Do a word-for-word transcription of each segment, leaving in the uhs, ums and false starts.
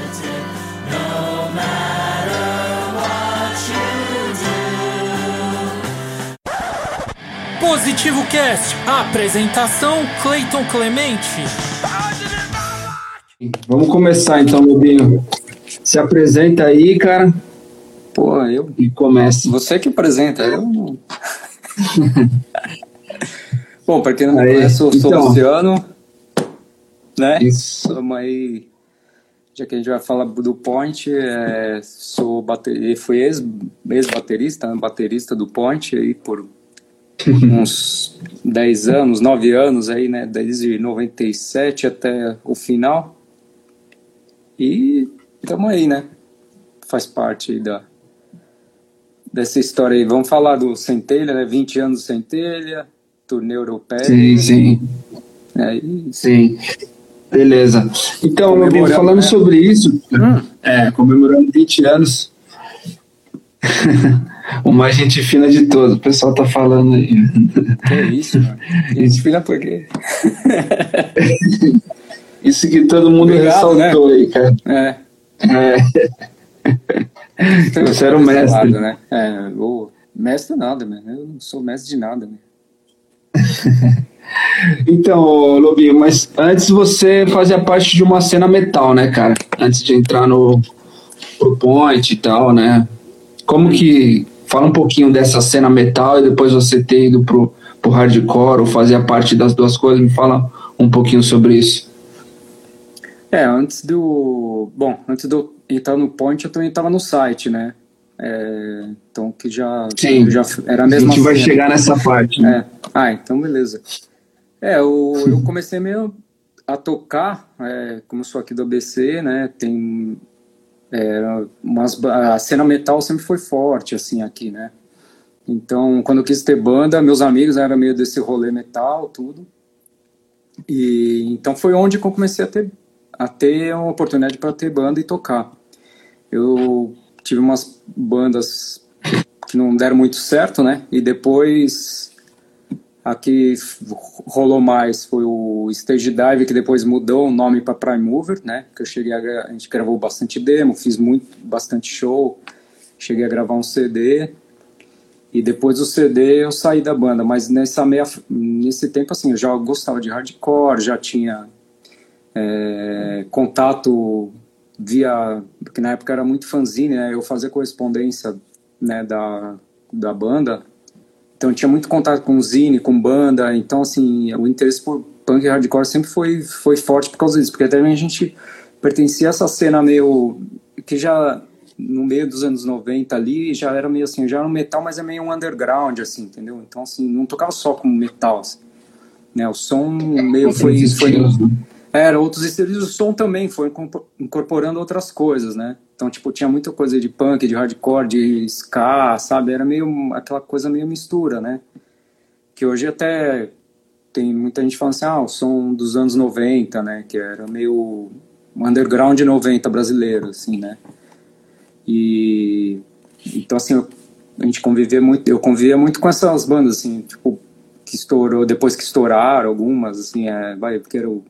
Positivo Cast, apresentação Cleiton Clemente. Vamos começar então, Lobinho. Se apresenta aí, cara. Pô, eu... E começa. Você que apresenta, eu não... Bom, para quem não me aí, conhece, eu sou então, o Luciano, né? Isso. Somos aí, já que a gente vai falar do Point, é, sou bater... fui ex, ex-baterista, baterista do Point aí por uns dez anos, nove anos aí, né? Desde noventa e sete até o final. E estamos aí, né? Faz parte aí da, dessa história aí. Vamos falar do Centelha, né? vinte anos do Centelha, turnê europeia. Sim, sim. É isso. Sim. Beleza. Então, Lobinho, falando né? sobre isso, hum. é, comemorando vinte anos. O mais gente fina de todos, o pessoal tá falando aí. Que isso, mano? Gente fina por quê? Isso que todo mundo Obrigado, ressaltou, né? Aí, cara. É. é. Você era o mestre. Lado, né? É, o mestre nada, né? Eu não sou mestre de nada, né? Então, Lobinho, mas antes você fazia parte de uma cena metal, né, cara? Antes de entrar no pro Point e tal, né? Como que... Fala um pouquinho dessa cena metal e depois você ter ido pro, pro hardcore ou fazer parte das duas coisas. Me fala um pouquinho sobre isso. É, antes do... Bom, antes de eu entrar no Point, eu também estava no site, né? É, então, que já... Sim, já era a mesma a gente vai cena. chegar nessa parte, né? É. Ah, então beleza. É, eu, eu comecei meio a tocar, é, como eu sou aqui do A B C, né? Tem... É, umas, a cena metal sempre foi forte, assim, aqui, né? Então, quando eu quis ter banda, meus amigos eram meio desse rolê metal, tudo. E então foi onde que eu comecei a ter, a ter uma oportunidade para ter banda e tocar. Eu tive umas bandas que não deram muito certo, né? E depois a que rolou mais foi o Stage Dive, que depois mudou o nome para Prime Mover, né? Que eu cheguei a, a gente gravou bastante demo, fiz muito, bastante show, cheguei a gravar um C D. E depois do C D eu saí da banda, mas nessa meia, nesse tempo assim, eu já gostava de hardcore, já tinha é, contato via, porque na época era muito fanzine, né? Eu fazia correspondência, né, da, da banda. Então tinha muito contato com zine, com banda, então assim, o interesse por punk e hardcore sempre foi, foi forte por causa disso, porque também a gente pertencia a essa cena meio, que já no meio dos anos noventa ali, já era meio assim, já era um metal, mas é meio um underground, assim, entendeu? Então assim, não tocava só como metal, assim, né, o som meio foi... foi era outros estilos, o som também foi incorporando outras coisas, né? Então, tipo, tinha muita coisa de punk, de hardcore, de ska, sabe? Era meio, aquela coisa meio mistura, né? Que hoje até tem muita gente falando assim, ah, o som dos anos noventa, né? Que era meio underground noventa brasileiro, assim, né? E... Então, assim, eu, a gente convivia muito, eu convivia muito com essas bandas, assim, tipo, que estourou, depois que estouraram algumas, assim, é, vai, porque era o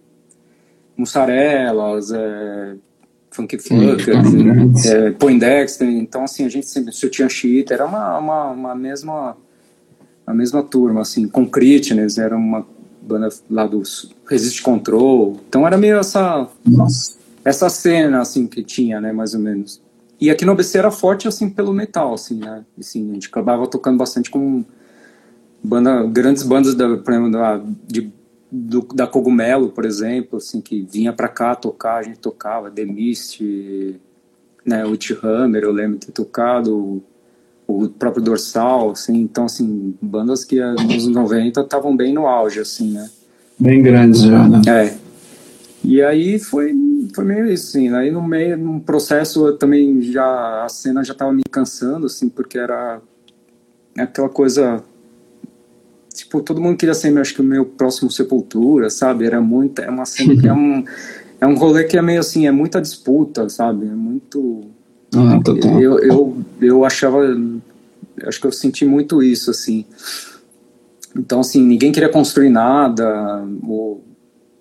Mussarelas, é... Funky Flunkers, é, Poindexter, então assim, a gente sempre, Sutiã Chita, era uma, uma, uma mesma a mesma turma, assim, Concreteness, era uma banda lá do Resist Control, então era meio essa Nossa. essa cena, assim, que tinha, né, mais ou menos. E aqui no A B C era forte, assim, pelo metal, assim, né, assim, a gente acabava tocando bastante com banda, grandes bandas, da, por exemplo, da, de Do, da Cogumelo, por exemplo, assim, que vinha pra cá tocar, a gente tocava The Mist, né, Witchhammer, eu lembro de ter tocado, o, o próprio Dorsal, assim, então, assim, bandas que nos noventa estavam bem no auge, assim, né. Bem grandes já, né. É. E aí foi, foi meio isso, assim, aí no meio, num processo, eu também já, a cena já tava me cansando, assim, porque era aquela coisa... Tipo, todo mundo queria ser, acho que o meu próximo Sepultura, sabe? Era muita, é uma cena que é um, é um rolê que é meio assim, é muita disputa, sabe? É muito... Ah, total. Eu, eu, eu achava, acho que eu senti muito isso, assim. Então, assim, ninguém queria construir nada, ou,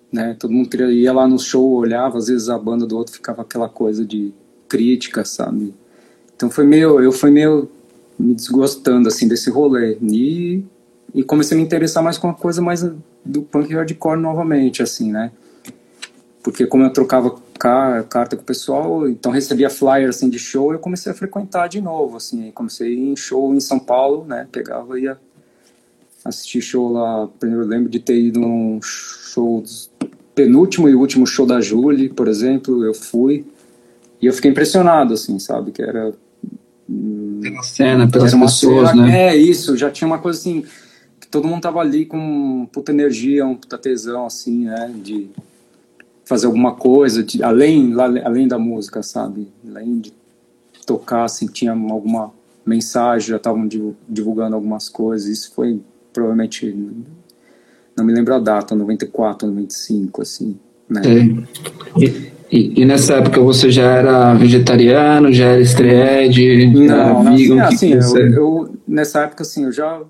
né? Todo mundo queria, ia lá no show, olhava, às vezes a banda do outro ficava aquela coisa de crítica, sabe? Então foi meio, eu fui meio me desgostando, assim, desse rolê. E, e comecei a me interessar mais com uma coisa mais do punk hardcore novamente, assim, né? Porque como eu trocava carta com o pessoal, então recebia flyer, assim, de show, eu comecei a frequentar de novo, assim. Comecei a ir em show em São Paulo, né? Pegava e ia assistir show lá. Eu lembro de ter ido num show, penúltimo e último show da Julie, por exemplo, eu fui. E eu fiquei impressionado, assim, sabe? Que era... Pela cena, pelas pessoas, cena, né? É, isso. Já tinha uma coisa, assim, que todo mundo tava ali com puta energia, um puta tesão, assim, né? De fazer alguma coisa, de, além, além da música, sabe? Além de tocar, assim, tinha alguma mensagem, já estavam divulgando algumas coisas. Isso foi, provavelmente, não me lembro a data, noventa e quatro, noventa e cinco, assim, né? É. E, e, e nessa época você já era vegetariano, já era straight, não, era não, vegan? assim, que assim que eu, eu, nessa época, assim, eu já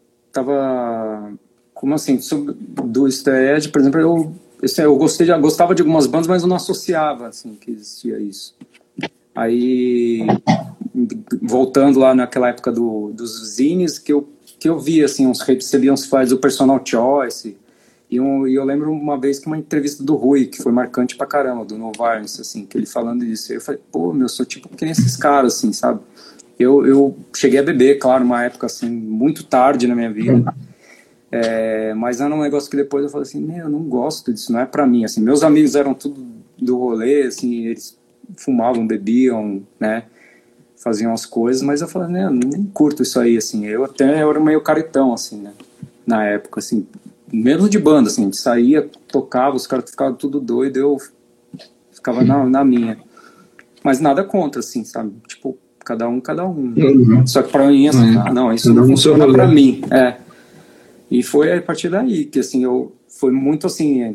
tava, como assim, sobre, do straight, por exemplo, eu Assim, eu gostei, já gostava de algumas bandas, mas eu não associava, assim, que existia isso. Aí, voltando lá naquela época do, dos zines, que eu, que eu vi, assim, uns, recebia uns flyers do Personal Choice, e, um, e eu lembro uma vez que uma entrevista do Rui, que foi marcante pra caramba, do No Violence, assim, que ele falando isso. Eu falei, pô, meu, eu sou tipo que nem esses caras, assim, sabe? Eu, eu cheguei a beber, claro, uma época, assim, muito tarde na minha vida. É, mas era um negócio que depois eu falei assim, meu, eu não gosto disso, não é pra mim, assim, meus amigos eram tudo do rolê, assim, eles fumavam, bebiam, né, faziam as coisas, mas eu falei, né, eu nem curto isso aí, assim, eu até eu era meio caretão, assim, né, na época, assim, mesmo de banda, assim, a gente saía, tocava, os caras ficavam tudo doido, eu ficava na, na minha, mas nada contra, assim, sabe, tipo, cada um, cada um, uhum. Só que pra mim, assim, ah, não, isso não funciona pra mim, é. E foi a partir daí que, assim, eu... Foi muito, assim,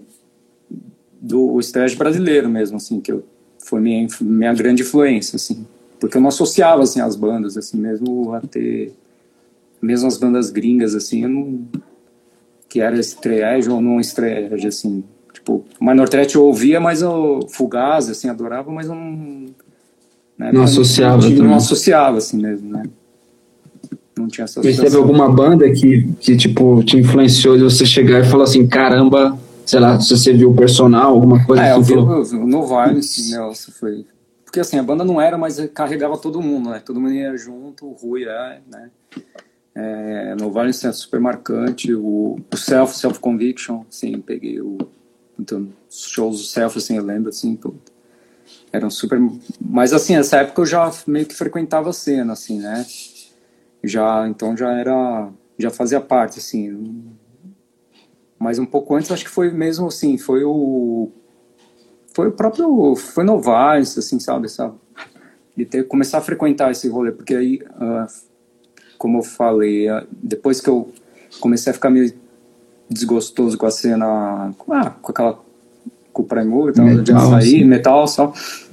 do estresse brasileiro mesmo, assim, que eu, foi minha, minha grande influência, assim. Porque eu não associava, assim, as bandas, assim, mesmo a ter... Mesmo as bandas gringas, assim, eu não... Que era estreage ou não estreage, assim. Tipo, Minor Threat eu ouvia, mas eu... Fugaz, assim, adorava, mas eu não... Né, não associava. Não, não associava, assim, mesmo, né? Não tinha essa Mas teve alguma banda que, que tipo, te influenciou de você chegar e falar assim, caramba, sei lá, se você viu o Personal, alguma coisa é, assim? É, eu vi no Violence, né, foi... Porque assim, a banda não era, mas carregava todo mundo, né? Todo mundo ia junto, o Rui é, né? É, no Violence é super marcante, o, o Self, Self Conviction, assim, peguei o... Então, os shows do Self, assim, eu lembro, assim, pô, eram super... Mas assim, nessa época eu já meio que frequentava a cena, assim, né? Já, então já era, já fazia parte, assim, mas um pouco antes, acho que foi mesmo, assim, foi o, foi o próprio, foi no Vice, assim, sabe, sabe, de ter, começar a frequentar esse rolê, porque aí, uh, como eu falei, uh, depois que eu comecei a ficar meio desgostoso com a cena, ah, com aquela, com o Primeval, então, de açaí, metal, só,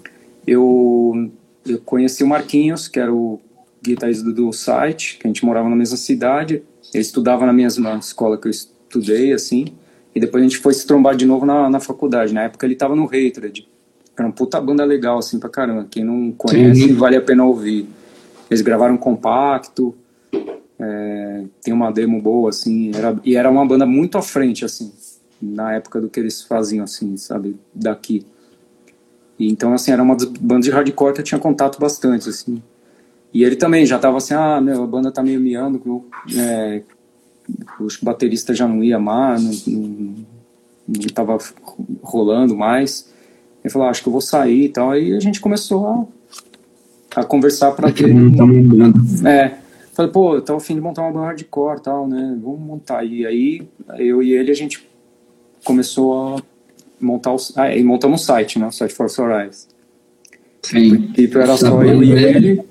eu, eu conheci o Marquinhos, que era o guitarrista do site, que a gente morava na mesma cidade, ele estudava na mesma escola que eu estudei, assim, e depois a gente foi se trombar de novo na, na faculdade. Na época ele tava no Hatred, era uma puta banda legal, assim, pra caramba. Quem não conhece, Sim. vale a pena ouvir. Eles gravaram um compacto, é, tem uma demo boa, assim, era, e era uma banda muito à frente, assim, na época do que eles faziam, assim, sabe, daqui. E, então, assim, era uma das bandas de hardcore que eu tinha contato bastante, assim. E ele também já tava assim, ah, meu, a banda tá meio miando, é, o baterista já não ia mais, não, não, não tava rolando mais. Ele falou, ah, acho que eu vou sair e tal. Aí a gente começou a, a conversar pra ter... Um, é, falei, pô, eu tava afim de montar uma banda hardcore e tal, né, vamos montar. E aí, eu e ele, a gente começou a montar o... Ah, e montamos um site, né, o site For Sorais. Sim. No princípio era só eu e ele...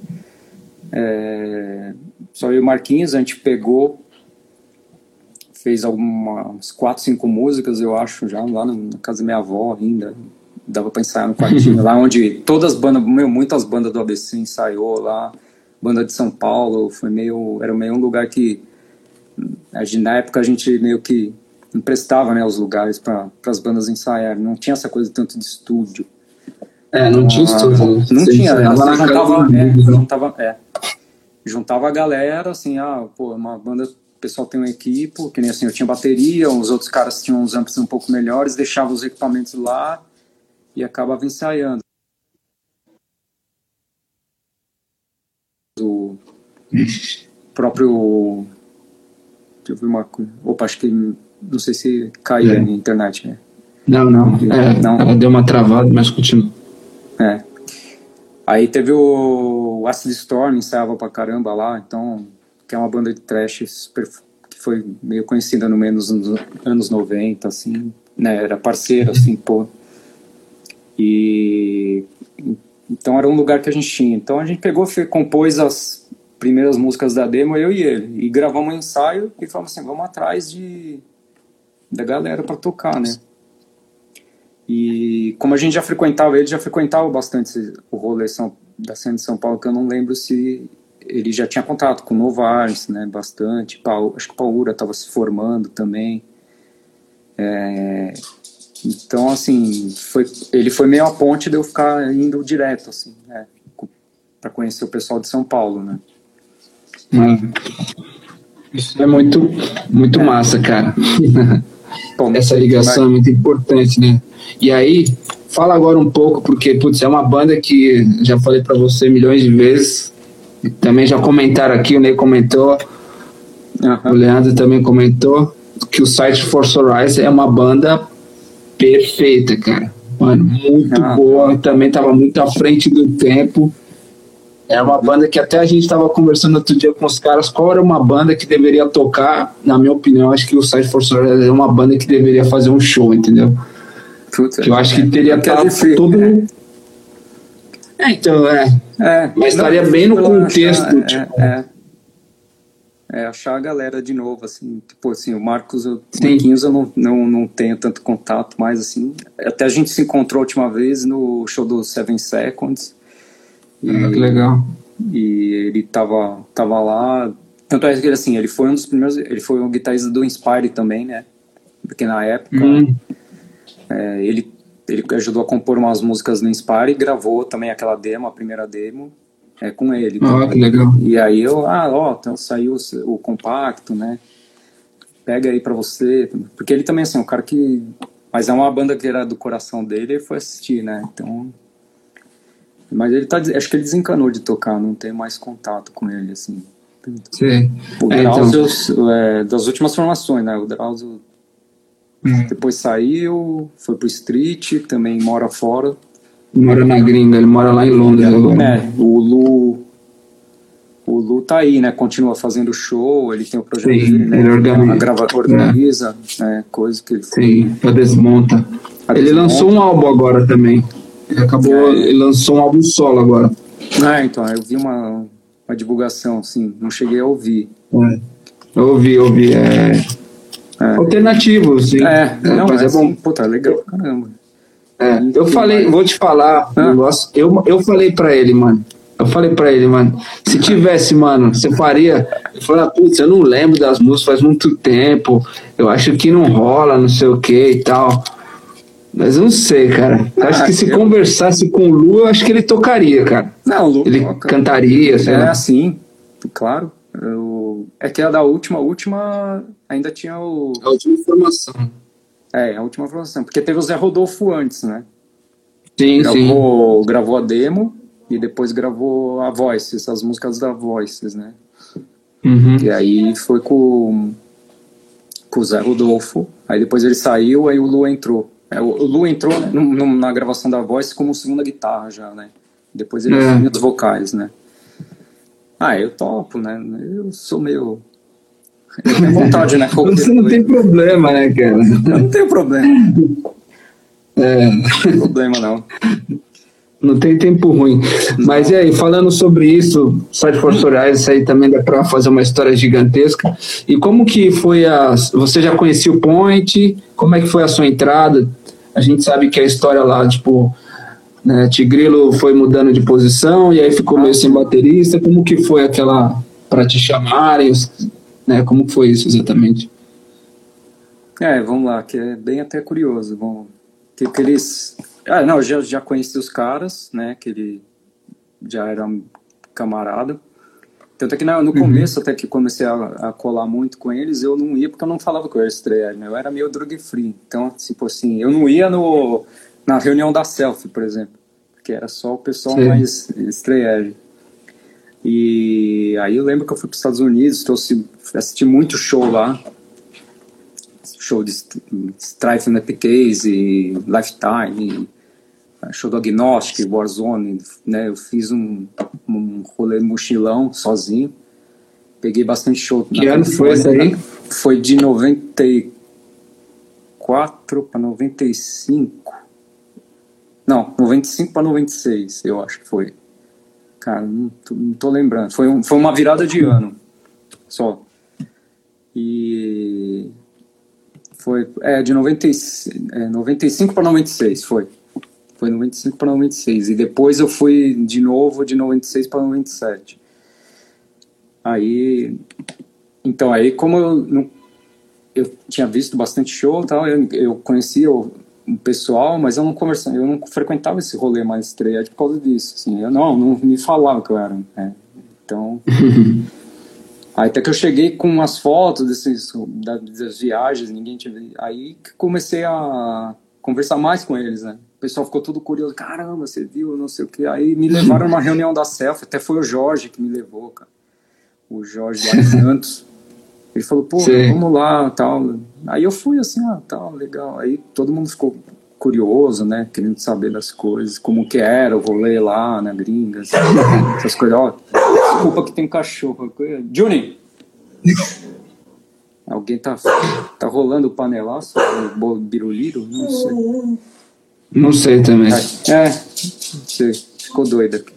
É, só eu e o Marquinhos, a gente pegou, fez algumas quatro, cinco músicas, eu acho, já lá na casa da minha avó ainda, dava pra ensaiar no quartinho, lá onde todas as bandas, meu, muitas bandas do A B C ensaiou lá, banda de São Paulo, foi meio, era meio um lugar que, na época a gente meio que não prestava, né, os lugares para as bandas ensaiarem, não tinha essa coisa tanto de estúdio. É, não tinha estúdio. Não Você tinha, ensaiava você na casa juntava, do é, amigo, né? juntava, é, juntava a galera, assim, ah, pô, uma banda, o pessoal tem uma equipe, que nem assim, eu tinha bateria, os outros caras tinham uns amps um pouco melhores, deixava os equipamentos lá e acabava ensaiando. O próprio... Deixa eu ver uma coisa. Opa, acho que... Não sei se caiu É. na internet, né? Não, não. É, Não. Ela deu uma travada, mas continua. É. Aí teve o Acid Storm, ensaiava pra caramba lá, então... Que é uma banda de thrash super, que foi meio conhecida no meio dos anos, anos noventa, assim, né? Era parceiro, assim, pô. E... Então era um lugar que a gente tinha. Então a gente pegou, fe- compôs as primeiras músicas da demo, eu e ele. E gravamos um ensaio e falamos assim, vamos atrás de, da galera para tocar, né? E como a gente já frequentava, ele já frequentava bastante esse- o rolê São, da cena de São Paulo, que eu não lembro se ele já tinha contato com o Novars, né? Bastante. Paul, acho que o Paura estava se formando também. É... Então, assim, foi, ele foi meio a ponte de eu ficar indo direto, assim, né, para conhecer o pessoal de São Paulo, né. Hum. Isso é muito, muito É. massa, cara. Bom, Essa ligação é muito importante, né? E aí, fala agora um pouco, porque, putz, é uma banda que já falei pra você milhões de vezes, também já comentaram aqui, o Ney comentou, Aham. o Leandro também comentou, que o Sight for Sunrise é uma banda perfeita, cara. Mano, muito Ah. boa, também tava muito à frente do tempo. É uma banda que até a gente tava conversando outro dia com os caras, qual era uma banda que deveria tocar, na minha opinião, acho que o Sight for Sunrise é uma banda que deveria fazer um show, entendeu? Puta, Que eu acho que teria porque é tá difícil, todo é. mundo. É, então, é. É, Mas não, estaria bem no pela contexto, achar, tipo. É, é, é, achar a galera de novo, assim, tipo assim, o Marcos, o Sim. Marquinhos eu não, não, não tenho tanto contato, mas assim, até a gente se encontrou a última vez no show do Seven Seconds, e, Ah, que legal. e ele tava, tava lá, tanto é que assim, ele foi um dos primeiros, ele foi o guitarrista do Inspire também, né, porque na época, Hum, é, ele, ele ajudou a compor umas músicas no Inspire e gravou também aquela demo, a primeira demo, é, com ele. ó, que legal. E aí eu, ah, ó, então saiu o, o compacto, né? Pega aí pra você. Porque ele também, assim, é um cara que... Mas é uma banda que era do coração dele, ele foi assistir, né? Então... Mas ele tá... Acho que ele desencanou de tocar, não tem mais contato com ele, assim. Sei. O É, então, Drauzio, é, das últimas formações, né? O Drauzio hum, depois saiu, foi pro Street, também mora fora. mora na gringa, ele mora lá em Londres agora. É, o Lu... O Lu tá aí, né? Continua fazendo show, ele tem o projeto Sim, dele, né? ele organiza. A grava, organiza, né? Coisa que ele... Sim, a Desmonta. A Ele Desmonta. lançou um álbum agora também. Ele acabou, É. ele lançou um álbum solo agora. Ah, então, eu vi uma, uma divulgação, assim, não cheguei a ouvir. É. Eu ouvi, eu ouvi. É... É, Alternativo, sim. é não, mas é, é bom. assim, puta, legal, caramba. É, eu falei, vou te falar, Ah. um negócio, eu, eu falei pra ele, mano. Eu falei pra ele, mano, se tivesse, mano, você faria. Eu falei, ah, putz, eu não lembro das músicas faz muito tempo. Eu acho que não rola, não sei o que e tal. Mas eu não sei, cara. Eu acho Ah, que se eu- conversasse com o Lu, eu acho que ele tocaria, cara. Não, o Lu Ele toca. cantaria, sei É lá. assim, claro. Eu, é que a da última, a última ainda tinha o... A última informação. É, a última formação, porque teve o Zé Rodolfo antes, né? Sim, sim. Gravou, gravou a demo e depois gravou a Voices, as músicas da Voices, né? Uhum. E aí foi com, com o Zé Rodolfo, aí depois ele saiu, aí o Lu entrou. É, o Lu entrou no, no, na gravação da Voice como segunda guitarra já, né? Depois ele É. assumiu os vocais, né? Ah, eu topo, né? Eu sou meio... Eu tenho vontade, né? Você não tem problema, né, cara? Eu não tenho problema. É. Não tem problema, não. Não tem tempo ruim. Mas e aí, falando sobre isso, Sight for Sunrise, isso aí também dá pra fazer uma história gigantesca. E como que foi a... Você já conhecia o Point? Como é que foi a sua entrada? A gente sabe que a história lá, tipo... Né, Tigrilo foi mudando de posição e aí ficou meio sem baterista. Como que foi aquela... Pra te chamarem? Né, como foi isso exatamente? É, vamos lá, que é bem até curioso. Bom, que, que eles... Ah, não, eu já, já conheci os caras, né, que ele já era um camarada. Tanto é que no, no começo, uhum. até que comecei a, a colar muito com eles, eu não ia porque eu não falava que eu era estreia, né? Eu era meio drug free. Então, tipo assim, eu não ia no, na reunião da Selfie, por exemplo, porque era só o pessoal Sim. mais estreia. E aí eu lembro que eu fui para os Estados Unidos, trouxe, assisti muito show lá, show de Strife and Epic Case, Lifetime, show do Agnostic, Warzone, né? Eu fiz um, um rolê mochilão sozinho, peguei bastante show. Que ano foi isso aí? Foi de noventa e quatro para noventa e cinco. Não, noventa e cinco para noventa e seis, eu acho que foi. Cara, não tô, não tô lembrando. Foi, um, foi uma virada de ano só. E foi é, de noventa e, é, noventa e cinco para noventa e seis, foi. Foi noventa e cinco para noventa e seis. E depois eu fui de novo de noventa e seis para noventa e sete. Aí, então, aí como eu, não, eu tinha visto bastante show e tal, eu, eu conhecia o, o pessoal, mas eu não conversava, eu não frequentava esse rolê mais estreia por causa disso. Assim, eu não, não me falava que eu era. Né? Então, aí até que eu cheguei com umas fotos desses, das viagens, ninguém tinha visto. Aí que comecei a conversar mais com eles, né? O pessoal ficou tudo curioso. Caramba, você viu, não sei o que. Aí me levaram numa reunião da Selfie. Até foi o Jorge que me levou, cara. O Jorge lá de Santos. Ele falou, pô, Sim. vamos lá, tal. Aí eu fui assim, ah, tal, legal. Aí todo mundo ficou curioso, né? Querendo saber das coisas. Como que era o rolê lá na gringa. Essas coisas. Ó, desculpa que tem cachorro. Juni! Alguém tá, tá rolando o panelaço? O biruliro? Não sei. Não sei também. É, não sei. Ficou doido aqui.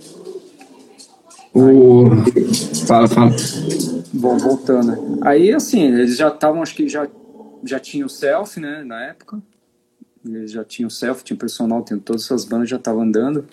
O... Fala, fala. Bom, voltando. Aí, assim, eles já estavam, acho que já, já tinham selfie, né, na época. Eles já tinham selfie, tinha personal, tinha, todas essas bandas já estavam andando.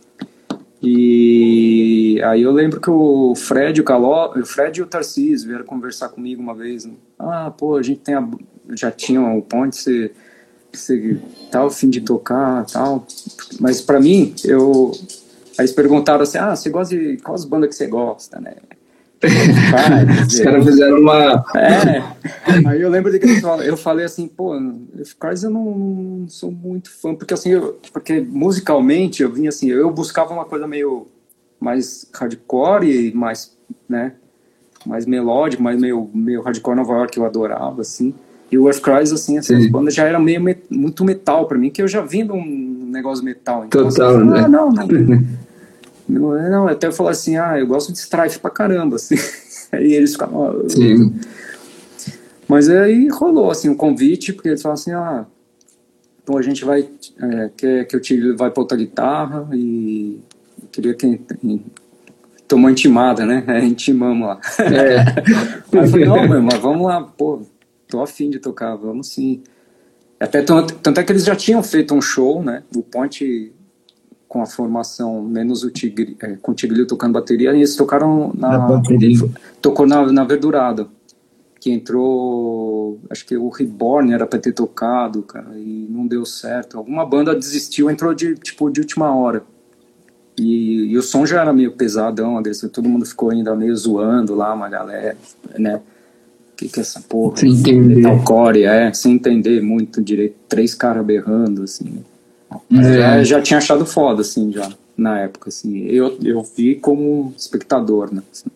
E aí eu lembro que o Fred, o Caló, o Fred e o Tarcísio vieram conversar comigo uma vez. Né? Ah, pô, a gente tem a... já tinha o Ponte, você... você tal, fim de tocar, tal. Mas pra mim, eu... Aí eles perguntaram assim, ah, você gosta de... Quais bandas que você gosta, né? Cara, os caras fizeram uma... É. Aí eu lembro de que eu falei assim, pô, F-Cars eu não, não sou muito fã, porque assim, eu, porque musicalmente eu vinha assim, eu buscava uma coisa meio mais hardcore e mais, né, mais melódico, mais meio, meio hardcore Nova York que eu adorava, assim. E o F-Cries, assim, essas Sim. bandas já eram meio met, muito metal pra mim, que eu já vim de um negócio metal. Então, Total, assim, né? Ah, não, não. Não, não, até eu falar assim, ah, eu gosto de Strife pra caramba, assim. Aí eles ficavam... Ah, Sim. Mas aí rolou, assim, um convite, porque eles falaram assim, ah, então a gente vai, é, quer que eu te vai pra outra guitarra e eu queria que... Tomou intimada, né? É, intimamos lá. É. Aí eu falei, não, mas vamos lá, pô, tô afim de tocar, vamos sim. Até, tanto é que eles já tinham feito um show, né? O Ponte... com a formação menos o Tigre, é, com o Tigrilho tocando bateria, e eles tocaram na, tocou na, na Verdurada, que entrou, acho que o Reborn era pra ter tocado, cara, e não deu certo, alguma banda desistiu, entrou de, tipo, de última hora, e, e o som já era meio pesadão, todo mundo ficou ainda meio zoando lá, uma galera, né, o que que é essa porra, sem entender, metalcore, é, sem entender muito direito, três caras berrando, assim, Mas é. já, já tinha achado foda, assim, já, na época, assim. Eu, eu vi como espectador, né? Assim.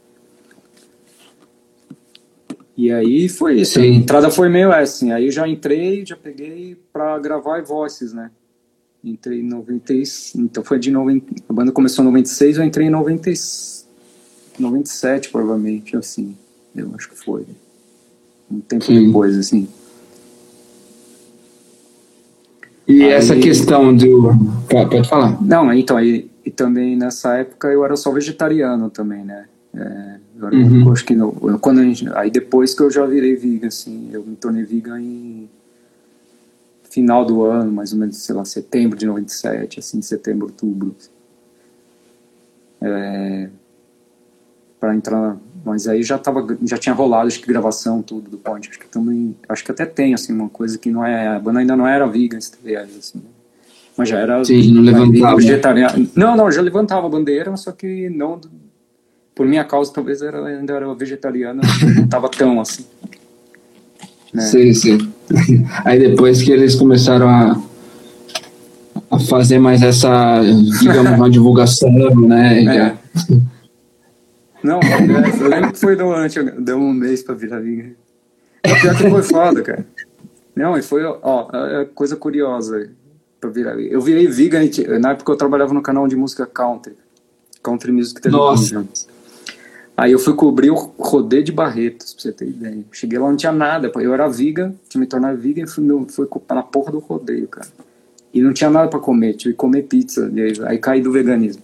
E aí foi isso. Sim. A entrada foi meio assim. Aí eu já entrei, já peguei pra gravar Voices, né? Entrei em noventa e seis. Então foi de noventa. A banda começou em noventa e seis, eu entrei em noventa e noventa e sete, provavelmente, assim. Eu acho que foi. Um tempo Sim. depois, assim. E aí, essa questão do... Pode falar. Não, então, aí, e também nessa época eu era só vegetariano também, né? É, eu era, uhum. eu acho que no, quando a gente, aí depois que eu já virei vegan, assim, eu me tornei vegan em final do ano, mais ou menos, sei lá, setembro de noventa e sete, assim, setembro, outubro. É, para entrar Mas aí já tava, já tinha rolado, acho que gravação, tudo do Point. Acho que também, acho que até tem, assim, uma coisa que não é, a banda ainda não era vegan, assim, né? Mas já era. Sim, não levantava. Vegetariano. Não, não, já levantava a bandeira, só que não, por minha causa, talvez era, ainda era vegetariano, não tava tão assim. Né? Sim, sim. Aí depois que eles começaram a, a fazer mais essa, digamos, uma divulgação, né? É. Já... Não, eu lembro que foi durante, deu um mês pra virar vegan. O pior que foi foda, cara. Não, e foi, ó, é coisa curiosa pra virar vegan. Eu virei vegan na época eu trabalhava no canal de música country. Country Music Television. Aí eu fui cobrir o rodeio de Barretos, pra você ter ideia. Cheguei lá, não tinha nada. Eu era vegan, tinha me tornado vegan e fui, fui na porra do rodeio, cara. E não tinha nada pra comer, tive que comer pizza. Aí caí do veganismo.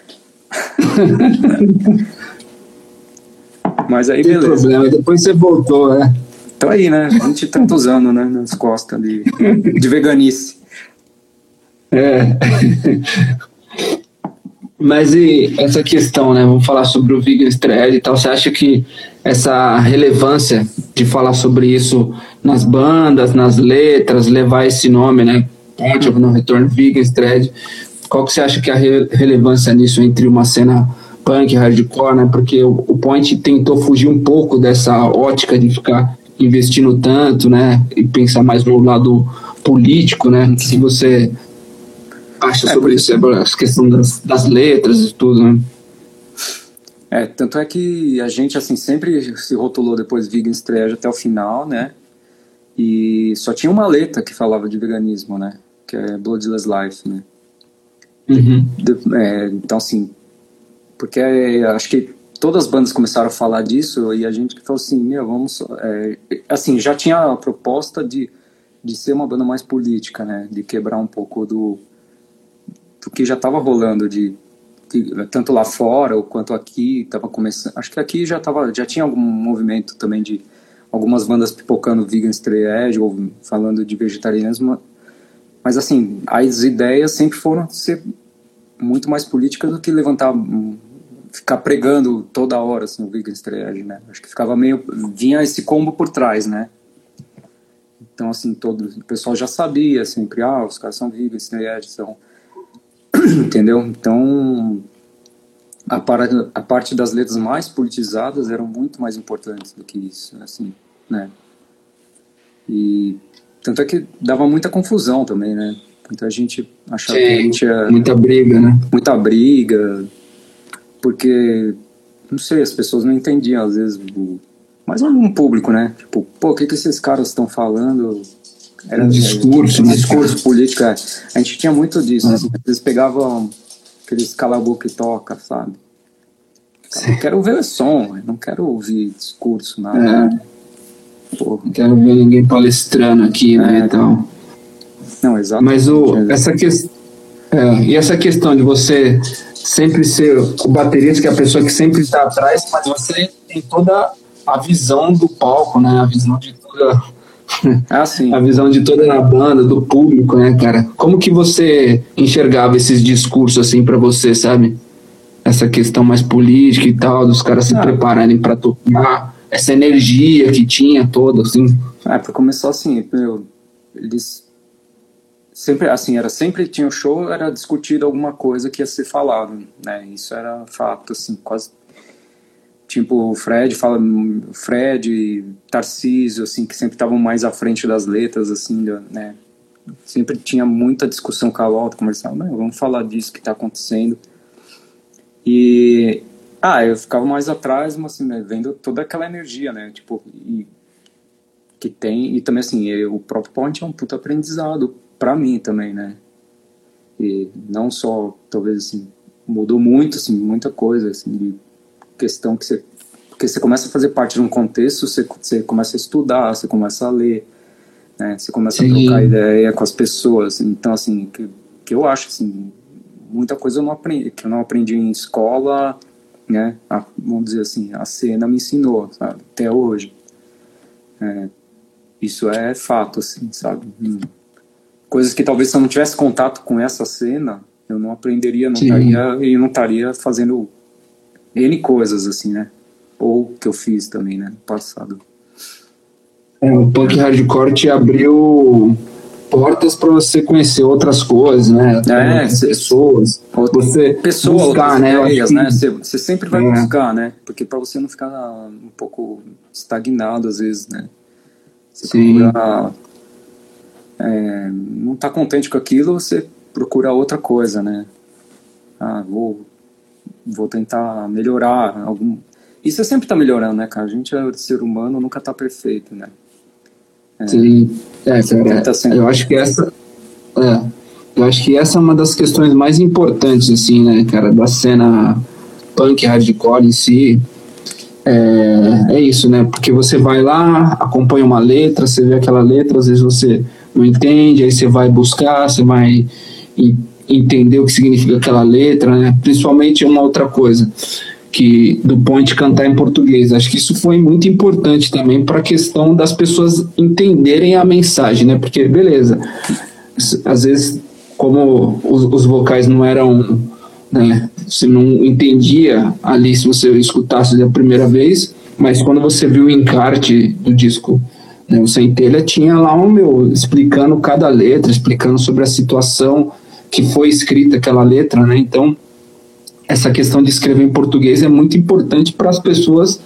Mas aí, tem beleza. Problema. Depois você voltou, né? Então aí, né? vinte e tantos anos, né? Nas costas de, de veganice. É. Mas e essa questão, né? Vamos falar sobre o Vegan Thread e tal. Você acha que essa relevância de falar sobre isso nas bandas, nas letras, levar esse nome, né? Ponte no retorno Vegan Thread. Qual que você acha que é a re- relevância nisso entre uma cena punk, hardcore, né? Porque o, o Point tentou fugir um pouco dessa ótica de ficar investindo tanto, né? E pensar mais no lado político, né? Se você acha é, sobre isso, a questão das, das letras e tudo, né? É, tanto é que a gente, assim, sempre se rotulou depois Vegan Thread até o final, né? E só tinha uma letra que falava de veganismo, né? Que é Bloodless Life, né? Uhum. De, é, então, assim, porque é, acho que todas as bandas começaram a falar disso e a gente falou assim, meu, vamos... É, assim, já tinha a proposta de, de ser uma banda mais política, né? De quebrar um pouco do, do que já estava rolando, de, de, tanto lá fora quanto aqui, estava começando... Acho que aqui já, tava, já tinha algum movimento também de algumas bandas pipocando Vegan Thread ou falando de vegetarianismo, mas assim, as ideias sempre foram ser muito mais políticas do que levantar, ficar pregando toda hora assim, o Vegan Thread, né? Acho que ficava meio, vinha esse combo por trás, né? Então assim, todo, o pessoal já sabia sempre, ah, os caras são Vegan Thread, são... entendeu? Então a, para, a parte das letras mais politizadas eram muito mais importantes do que isso, assim, né? E tanto é que dava muita confusão também, né? Muita gente achava Sim, que a gente ia... muita briga, né? Muita briga, porque, não sei, as pessoas não entendiam, às vezes, o... mas um público, né? Tipo, pô, o que, que esses caras estão falando? Era um discurso, é, né? Discurso político, é. A gente tinha muito disso, assim, eles pegavam aqueles cala-boca e toca, sabe? Eu quero ver o som, eu não quero ouvir discurso, nada. É. Porra. Não quero ver ninguém palestrando aqui, né, é, então. Não, exato. Mas o, essa que, é, e essa questão de você sempre ser o baterista, que é a pessoa que sempre está atrás, mas você tem toda a visão do palco, né, a visão de toda... Ah, sim. A visão de toda a banda, do público, né, cara? Como que você enxergava esses discursos, assim, pra você, sabe? Essa questão mais política e tal, dos caras se ah. prepararem pra tocar, essa energia que tinha toda, assim. Ah, pra começar, assim, meu, eles sempre, assim, era sempre tinha o um show, era discutido alguma coisa que ia ser falado, né? Isso era fato, assim, quase... Tipo, o Fred fala, Fred, Tarcísio, assim, que sempre estavam mais à frente das letras, assim, né? Sempre tinha muita discussão com a Lota, conversava, não, vamos falar disso que tá acontecendo. E, ah, eu ficava mais atrás, mas assim, né, vendo toda aquela energia, né? Tipo, e, que tem, e também, assim, eu, o próprio Point é um puta aprendizado pra mim também, né? E não só, talvez, assim, mudou muito, assim, muita coisa, assim, de questão que você, porque você começa a fazer parte de um contexto, você, você começa a estudar, você começa a ler, né? Você começa Sim. a trocar ideia com as pessoas, então assim, que, que eu acho assim, muita coisa eu não aprendi, que eu não aprendi em escola, né? A, vamos dizer assim, a cena me ensinou, sabe? Até hoje. É, isso é fato, assim, sabe? Hum. Coisas que talvez se eu não tivesse contato com essa cena, eu não aprenderia, não estaria, e não estaria fazendo N coisas, assim, né? ou que eu fiz também, né, no passado. É, o punk hardcore te abriu portas para você conhecer outras coisas, né? É, outras cê, pessoas. Você pessoa, buscar, né? Ideias, que... né? Você, você sempre vai é. buscar, né? Porque para você não ficar um pouco estagnado às vezes, né? Você Sim. procura, é, não tá contente com aquilo, você procura outra coisa, né? Ah, vou, vou tentar melhorar algum. E você sempre tá melhorando, né, cara? A gente é ser humano, nunca tá perfeito, né? É, Sim, é, cara, sempre... eu acho que essa é, eu acho que essa é uma das questões mais importantes, assim, né, cara, da cena punk hardcore em si. É, é isso, né? Porque você vai lá, acompanha uma letra, você vê aquela letra, às vezes você não entende, aí você vai buscar, você vai entender o que significa aquela letra, né? Principalmente uma outra coisa, que do Point cantar em português. Acho que isso foi muito importante também para a questão das pessoas entenderem a mensagem, né? Porque, beleza, às vezes, como os, os vocais não eram, né, você não entendia ali se você escutasse da primeira vez, mas quando você viu o encarte do disco, né, o Centelha tinha lá um meu explicando cada letra, explicando sobre a situação que foi escrita aquela letra, né? Então essa questão de escrever em português é muito importante para as pessoas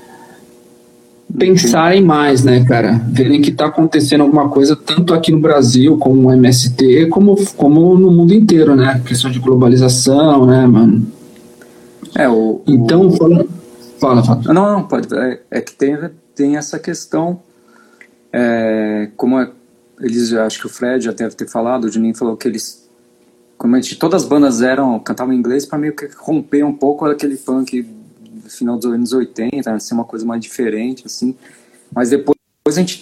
pensarem mais, né, cara? Verem que está acontecendo alguma coisa tanto aqui no Brasil, como no M S T, como, como no mundo inteiro, né? Questão de globalização, né, mano? É, o... Então, o... fala... Fala, fala. Não, não, pode. É, é que tem, tem essa questão, é, como é, eles, acho que o Fred já deve ter falado, o Juninho falou que eles, como a gente, todas as bandas eram, cantavam em inglês para meio que romper um pouco aquele punk do final dos anos oitenta, né, ser uma coisa mais diferente, assim. Mas depois, depois a gente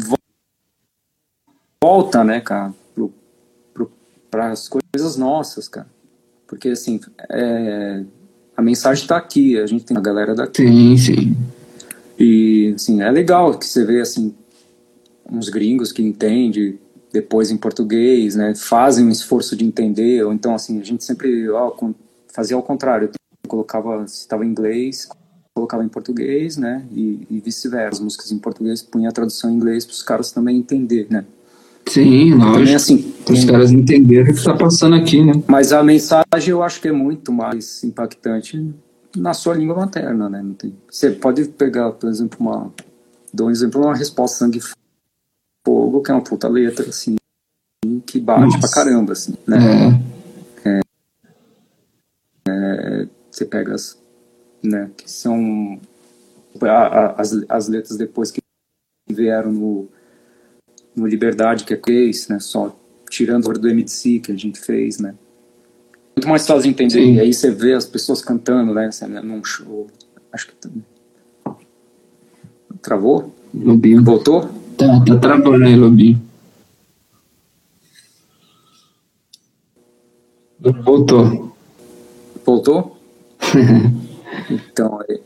volta, né, cara, pro, pro, pras coisas nossas, cara. Porque, assim, é, a mensagem tá aqui, a gente tem a galera daqui. Sim, sim. E, assim, é legal que você vê, assim, uns gringos que entendem depois em português, né, fazem um esforço de entender, ou então, assim, a gente sempre ó, fazia ao contrário, colocava, se estava em inglês, colocava em português, né, e, e vice-versa, as músicas em português punha a tradução em inglês para os caras também entender, né. Sim, lógico. Também, assim, para os caras entenderem o que está passando aqui, né. Mas a mensagem eu acho que é muito mais impactante na sua língua materna, né, não tem... Você pode pegar, por exemplo, uma... Dou um exemplo, uma Resposta Sangue Fogo, que é uma puta letra, assim, que bate Nossa. Pra caramba, assim, né? É. É, é, você pega as, né, que são a, a, as, as letras depois que vieram no, no Liberdade, que é case, né, só tirando o do M D C que a gente fez, né? Muito mais fácil de entender, Sim. E aí você vê as pessoas cantando, né, assim, num show, acho que... Travou? Lobinho. Voltou? Tá, tá travando aí, Lobinho. Voltou. Voltou? Então, é,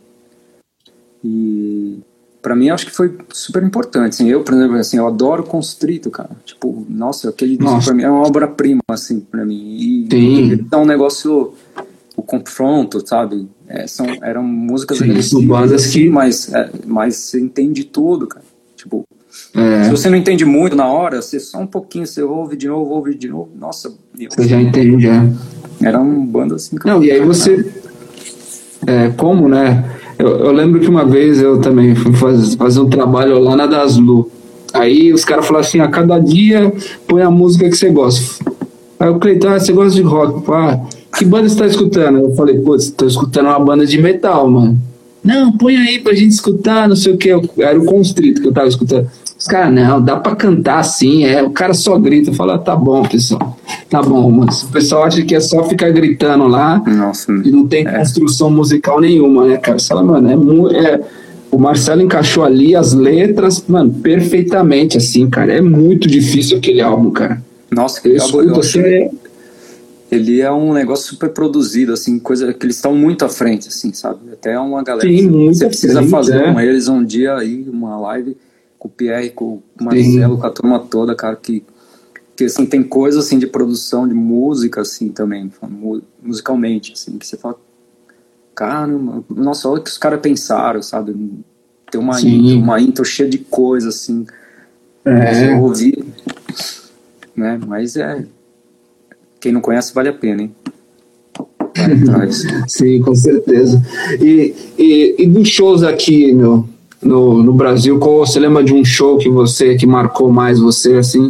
e pra mim acho que foi super importante, assim, eu, por exemplo, assim, eu adoro Constrito, cara, tipo, nossa, aquele disco pra mim é uma obra-prima, assim, pra mim, e Sim. é um negócio, o confronto, sabe, é, são, eram músicas Sim, são bandas assim, que... mas, é, mas você entende tudo, cara, tipo, é. Se você não entende muito na hora, você só um pouquinho, você ouve de novo, ouve de novo, nossa, meu, você já entende, já. Era uma banda assim. Não, e aí você, é, como, né, eu, eu lembro que uma vez eu também fui fazer, fazer um trabalho lá na Daslu, aí os caras falaram assim, a cada dia põe a música que você gosta. Aí o Cleiton, ah, você gosta de rock? Ah, que banda você tá escutando? Eu falei, putz, tô escutando uma banda de metal, mano. Não, põe aí pra gente escutar, não sei o que. Era o Constrito que eu tava escutando. Os caras, não, dá pra cantar assim, é. O cara só grita. Eu falo, ah, tá bom, pessoal. Tá bom, mas o pessoal acha que é só ficar gritando lá. Nossa, e não tem é. construção musical nenhuma, né, cara? Você fala, mano, é muito. É, o Marcelo encaixou ali as letras, mano, perfeitamente, assim, cara. É muito difícil aquele álbum, cara. Nossa, que eu escuto assim, é... Ele é um negócio super produzido, assim, coisa que eles estão muito à frente, assim, sabe? Até uma galera Sim, que muito você precisa frente, fazer é. com eles um dia aí, uma live com o Pierre, com o Marcelo, Sim. com a turma toda, cara, que, que assim, tem coisa assim de produção de música, assim, também, musicalmente, assim, que você fala, caramba, nossa, olha o que os caras pensaram, sabe? Tem uma intro, uma intro cheia de coisa, assim. É. Eu ouvi, né? Mas é... Quem não conhece, vale a pena, hein? Vai atrás. Sim, com certeza. E, e, e dos shows aqui no, no, no Brasil, qual você lembra de um show que você, que marcou mais você, assim?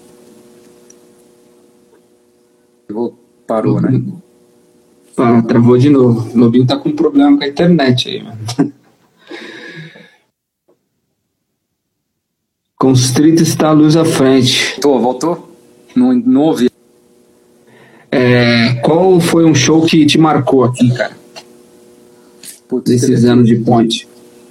Parou, né? Ah, travou de novo. O Lobinho tá com problema com a internet aí, mano. Constrito está a luz à frente. Tô, voltou? Não, não ouvi. É, qual foi um show que te marcou aqui, cara? Putz, Desses teve... anos de Point.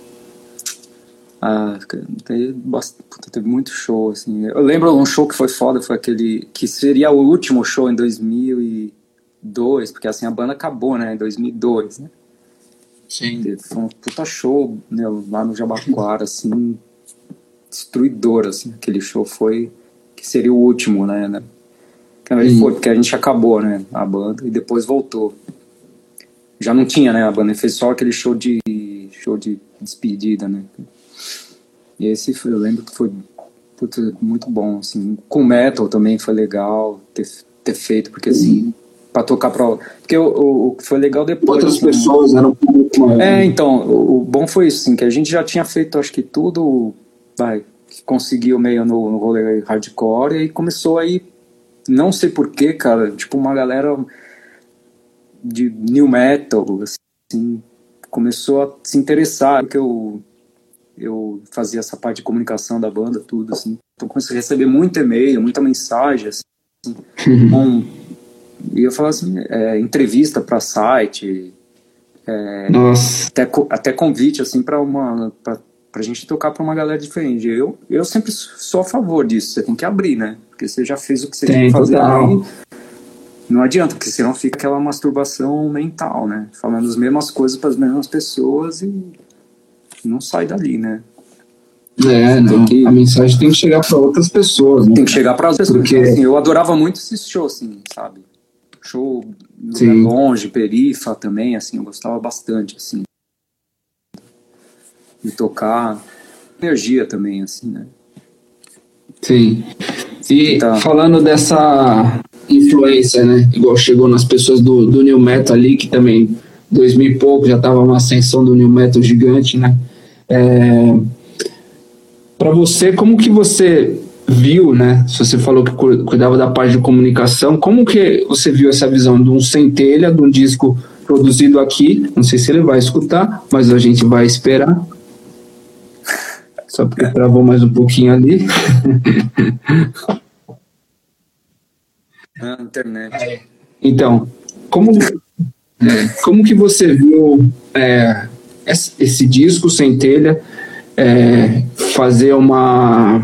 Ah, teve, bastante, teve muito show, assim. Eu lembro um show que foi foda, foi aquele que seria o último show em dois mil e dois, porque assim a banda acabou, né, em dois mil e dois, né? Sim. Foi um puta show, né, lá no Jabaquara, assim, destruidor, assim, aquele show foi, que seria o último, né, né? Que hum. foi, porque a gente acabou, né, a banda, e depois voltou. Já não tinha, né, a banda, fez só aquele show de, show de despedida, né? E esse, eu lembro que foi puta, muito bom, assim, com metal também foi legal ter, ter feito, porque assim, hum. pra tocar pra... Porque o, o que foi legal depois... Outras assim, pessoas eram um pouco maior. É, então, o, o bom foi isso, assim, que a gente já tinha feito, acho que tudo, vai, que conseguiu meio no, no rolê hardcore, e aí começou aí, não sei porquê, cara, tipo, uma galera de new metal, assim, começou a se interessar, porque eu, eu fazia essa parte de comunicação da banda, tudo, assim, então comecei a receber muito e-mail, muita mensagem, assim, bom... E eu falava assim, é, entrevista para site, é, até, até convite assim para uma pra, pra gente tocar para uma galera diferente. Eu, eu sempre sou a favor disso, você tem que abrir, né? Porque você já fez o que você tem, tem que fazer aí. Não adianta, porque senão fica aquela masturbação mental, né? Falando as mesmas coisas para as mesmas pessoas e não sai dali, né? É, não. Que... A mensagem tem que chegar para outras pessoas, né? Tem que chegar para outras porque... pessoas. Assim, eu adorava muito esse show, assim, sabe? Show longe, perifa também, assim, eu gostava bastante, assim, de tocar, energia também, assim, né? Sim. E então, falando dessa influência, né, igual chegou nas pessoas do, do New Metal ali, que também, dois mil e pouco, já tava uma ascensão do New Metal gigante, né? É... Para você, como que você... viu, né, se você falou que cuidava da parte de comunicação, como que você viu essa visão de um Centelha, de um disco produzido aqui, não sei se ele vai escutar, mas a gente vai esperar, só porque travou mais um pouquinho ali. É, internet. Então, como, como que você viu é, esse disco Centelha é, fazer uma...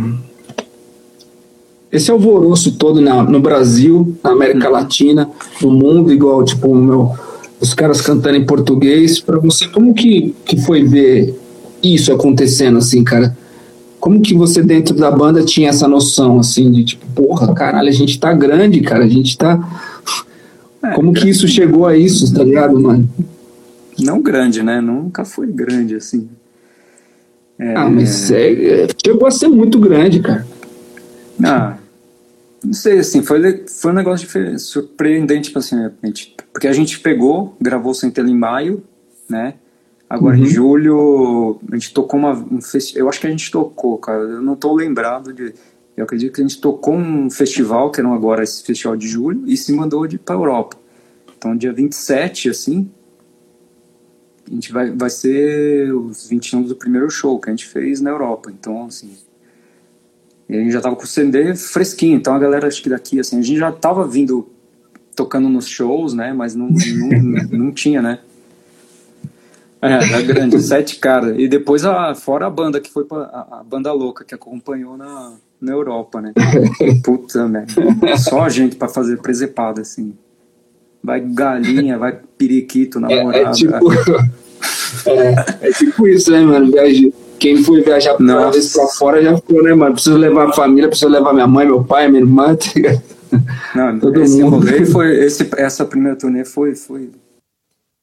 esse alvoroço todo na, no Brasil, na América Latina, no mundo, igual, tipo, meu, os caras cantando em português, pra você, como que, que foi ver isso acontecendo, assim, cara? Como que você dentro da banda tinha essa noção, assim, de tipo, porra, caralho, a gente tá grande, cara, a gente tá... Como que isso chegou a isso, tá ligado, mano? Não grande, né? Nunca foi grande, assim. É... Ah, mas é, chegou a ser muito grande, cara. Ah, não sei, assim, foi, foi um negócio diferente, surpreendente, tipo assim, a gente, porque a gente pegou, gravou o Centelha em maio, né, agora uhum. em julho a gente tocou uma, um festival, eu acho que a gente tocou, cara, eu não tô lembrado de, eu acredito que a gente tocou um festival, que era agora esse festival de julho, e se mandou de, pra Europa, então dia vinte e sete, assim, a gente vai, vai ser os vinte anos do primeiro show que a gente fez na Europa, então, assim... E a gente já tava com o C D fresquinho, então a galera, acho que daqui, assim, a gente já tava vindo, tocando nos shows, né, mas não, não, não tinha, né. É, era grande, sete caras. E depois, a, fora a banda, que foi pra, a, a banda louca, que acompanhou na, na Europa, né. Puta, né, só a gente pra fazer presepada, assim. Vai galinha, vai periquito, namorado. É, é, tipo, é, é tipo isso, né, mano, viagem. Quem foi viajar pra vez pra fora já ficou, né, mano? Preciso levar a família, preciso levar minha mãe, meu pai, minha irmã. Não, todo esse mundo. Rolê foi, esse, essa primeira turnê foi, foi...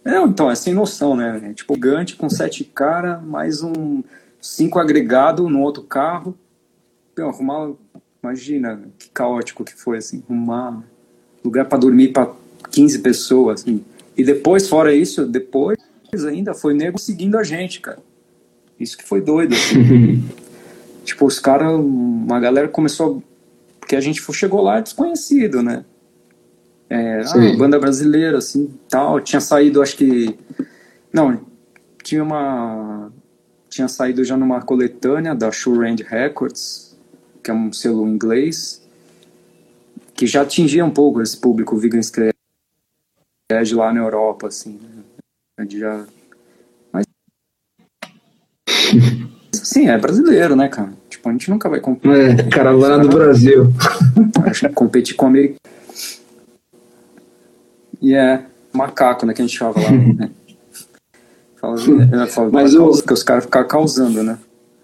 Não, então, é sem noção, né? É tipo gigante com sete cara, mais um cinco agregado no outro carro. Então, arrumar, imagina que caótico que foi, assim, arrumar lugar para dormir para quinze pessoas, assim. E depois, fora isso, depois ainda foi nego seguindo a gente, cara. Isso que foi doido, assim. Tipo, os caras, uma galera começou, porque a gente chegou lá desconhecido, né? É, ah, banda brasileira, assim, tal. Tinha saído, acho que... Não, tinha uma... Tinha saído já numa coletânea da Sure Hand Records, que é um selo inglês, que já atingia um pouco esse público vegan scratch lá na Europa, assim. Né? Já... Mas... Sim, é brasileiro, né, cara? Tipo, a gente nunca vai competir. É, caravana do Brasil. Acho que competir com o americano. E é macaco, né, que a gente chamava lá, né? Fala, eu falo, mas o... que os caras ficaram causando, né?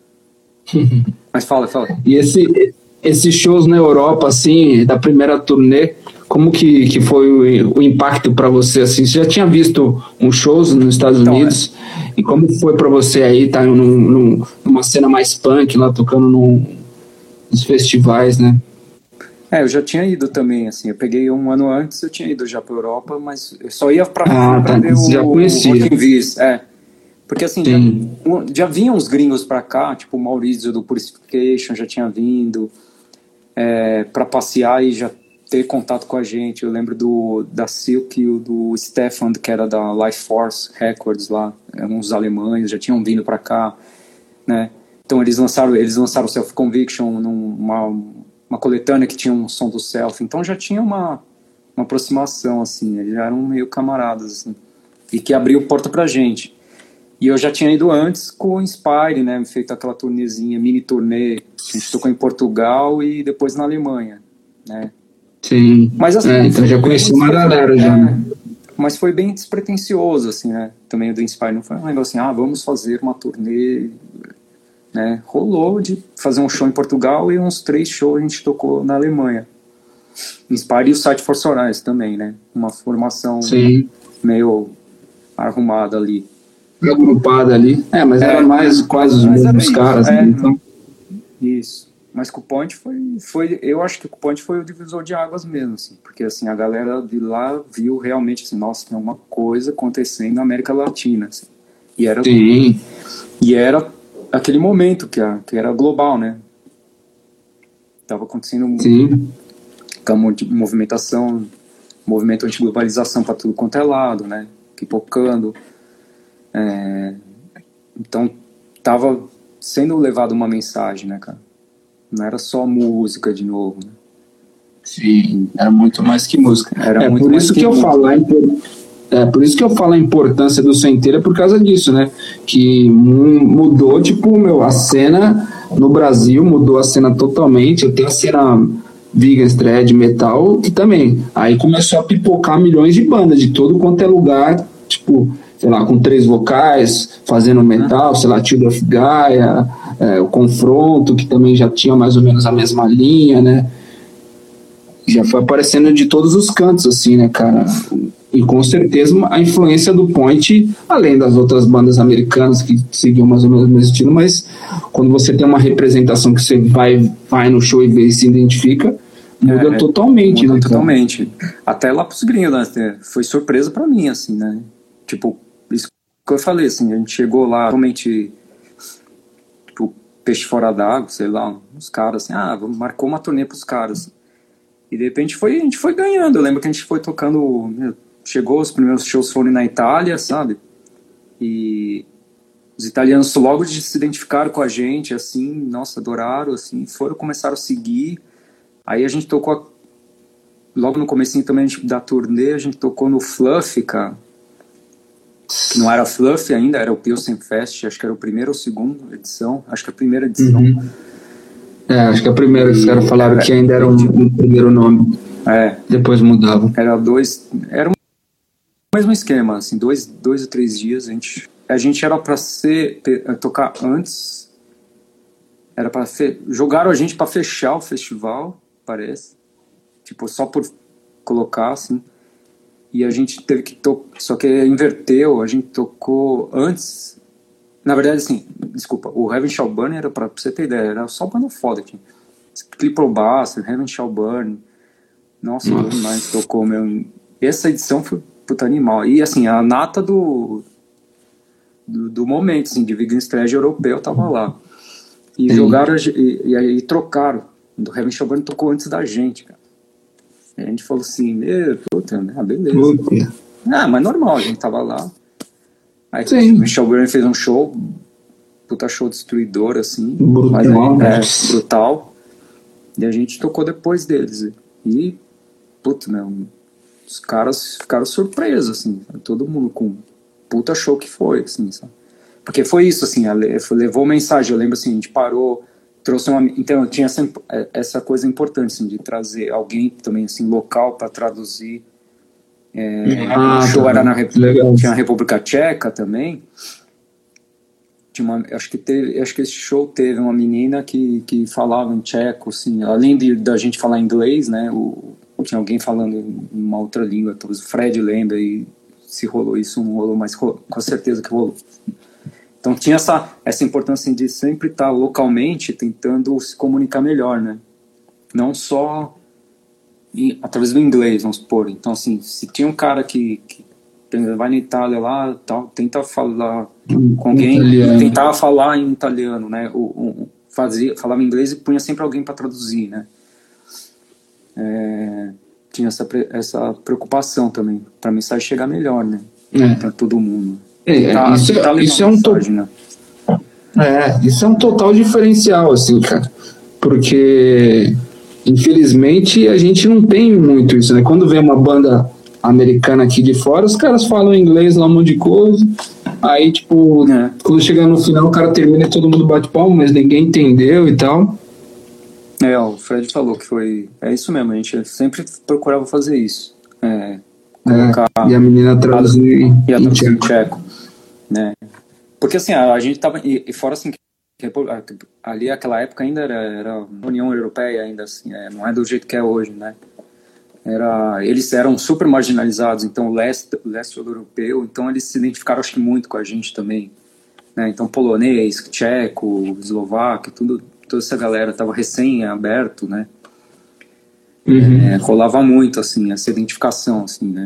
Mas fala, fala. E esse, esses shows na Europa, assim, da primeira turnê, como que, que foi o, o impacto para você, assim? Você já tinha visto uns shows nos Estados então, Unidos? É. E como foi para você aí, tá num, num, numa cena mais punk, lá tocando num, nos festivais, né? É, eu já tinha ido também, assim, eu peguei um ano antes, eu tinha ido já pra Europa, mas eu só ia pra, ah, pra tá, ver o, já conhecia. o Rock in Vis, é. Porque assim, já, já vinham uns gringos pra cá, tipo o Maurício do Purification já tinha vindo é, pra passear e já ter contato com a gente. Eu lembro do, da Silk e do Stefan, que era da Life Force Records lá, eram uns alemães, já tinham vindo pra cá, né? Então eles lançaram, eles lançaram o Self Conviction numa uma coletânea que tinha um som do Self, então já tinha uma, uma aproximação, assim, eles já eram meio camaradas, assim, e que abriu porta pra gente. E eu já tinha ido antes com o Inspire, né, feito aquela turnezinha, mini turnê, a gente tocou em Portugal e depois na Alemanha, né. Sim, mas, assim, é, então já conheci uma galera já, né? Mas foi bem despretensioso, assim, né, também o do Inspire, não foi um negócio assim, ah, vamos fazer uma turnê... Né, rolou de fazer um show em Portugal e uns três shows a gente tocou na Alemanha. Inspire e o Site for Sorais também, né? Uma formação Sim. meio arrumada ali. Agrupada ali. É, mas é, era mais quase os mesmos caras. É, né, então. Isso. Mas com o Point foi, foi... Eu acho que o Point foi o divisor de águas mesmo, assim. Porque, assim, a galera de lá viu realmente, assim, nossa, tem uma coisa acontecendo na América Latina, assim. E era... Sim. E era... aquele momento que, a, que era global, né? Tava acontecendo Sim. uma movimentação, movimento anti-globalização para tudo quanto é lado, né? Pipocando. É, então, tava sendo levado uma mensagem, né, cara? Não era só música de novo, né? Sim, era muito mais que música. Era é muito por mais isso que, que eu música. falo, é É, por isso que eu falo a importância do Sem Telha, por causa disso, né? Que mudou, tipo, meu, a cena no Brasil, mudou a cena totalmente. Eu tenho a cena vegan, thread, metal, que também. Aí começou a pipocar milhões de bandas, de todo quanto é lugar, tipo, sei lá, com três vocais, fazendo metal, sei lá, Child of Gaia, é, o Confronto, que também já tinha mais ou menos a mesma linha, né? Já foi aparecendo de todos os cantos, assim, né, cara? E com certeza a influência do Point, além das outras bandas americanas que seguiam mais ou menos o mesmo estilo, mas quando você tem uma representação que você vai, vai no show e vê e se identifica, muda é, totalmente, muda né? Totalmente. Cara? Até lá pros gringos, né? Foi surpresa pra mim, assim, né? Tipo, isso que eu falei, assim, a gente chegou lá, realmente, tipo, peixe fora d'água, sei lá, uns caras, assim, ah, marcou uma turnê pros caras. E de repente foi, a gente foi ganhando. Eu lembro que a gente foi tocando... Meu, chegou, os primeiros shows foram na Itália, sabe? E os italianos logo se identificaram com a gente, assim, nossa, adoraram, assim, foram, começaram a seguir. Aí a gente tocou, logo no comecinho também a gente, da turnê, a gente tocou no Fluff, cara. Que não era Fluff ainda, era o Pilsen Fest, acho que era o primeiro ou segundo edição, acho que a primeira edição. Uhum. É, acho que a primeira que os caras falaram era, que ainda era um, um primeiro nome. É. Depois mudavam. Era dois, era um mesmo esquema, assim, dois, dois ou três dias, a gente, a gente era pra ser, ter, tocar antes, era pra fe, jogaram a gente pra fechar o festival, parece, tipo, só por colocar, assim, e a gente teve que tocar, só que inverteu, a gente tocou antes, na verdade assim, desculpa, o Heaven Shall Burn era, pra, pra você ter ideia, era só banda foda aqui, Clipperbuster, Heaven Shall Burn, nossa, Nossa. demais, tocou, meu, essa edição foi puta animal, e assim, a nata do do, do momento, assim, de Vigilance Thread europeu tava lá, e Sim. jogaram, e, e aí trocaram, do Heaven Shall Burn tocou antes da gente, cara. A gente falou assim, meu, puta, né? Ah, beleza. Puta. Ah, mas normal, a gente tava lá. Aí Sim. o Michel Burn fez um show, puta show destruidor, assim. Brutal, mas aí, né? é, brutal. E a gente tocou depois deles. E, puta, meu, os caras ficaram surpresos, assim. Todo mundo com puta show que foi, assim, sabe? Porque foi isso, assim, levou mensagem. Eu lembro, assim, a gente parou, trouxe uma... Então, tinha essa, essa coisa importante, assim, de trazer alguém também, assim, local para traduzir. É, ah, o show tá. era na Rep... Legal. Tinha a República Tcheca também. Tinha uma, acho que teve, acho que esse show teve uma menina que, que falava em tcheco, assim, além de, da gente falar inglês, né, o, tinha alguém falando em uma outra língua, talvez o Fred lembra, e se rolou isso, não rolou, mas rolou, com certeza que rolou. Então tinha essa, essa importância de sempre estar localmente tentando se comunicar melhor, né, não só em, através do inglês, vamos supor. Então, assim, se tinha um cara que, que vai na Itália lá, tal, tenta falar com alguém, Italiano. tentava falar em italiano, né? O, o, fazia, falava inglês e punha sempre alguém para traduzir, né? É, tinha essa, essa preocupação também, para a mensagem chegar melhor, né? É. Para todo mundo. É, tá, isso, tá isso é um to... né? é, isso é um total diferencial, assim, cara, porque infelizmente a gente não tem muito isso, né? Quando vem uma banda americana aqui de fora, os caras falam inglês lá, um monte de coisa, aí tipo, É. quando chegar no final o cara termina e todo mundo bate palma, mas ninguém entendeu e tal. É, o Fred falou que foi, é isso mesmo, a gente sempre procurava fazer isso, é, colocar É, e a menina traduzir e a em traduzir em tcheco. tcheco, né? Porque assim, a, a gente tava, e, e fora assim, que ali aquela época ainda era, era União Europeia ainda assim, é, não é do jeito que é hoje, né? Era, eles eram super marginalizados, então o leste, o leste europeu, então eles se identificaram acho que muito com a gente também, né? Então polonês, tcheco, eslovaco, tudo, toda essa galera estava recém-aberto, né? Uhum. É, rolava muito assim essa identificação, assim, né?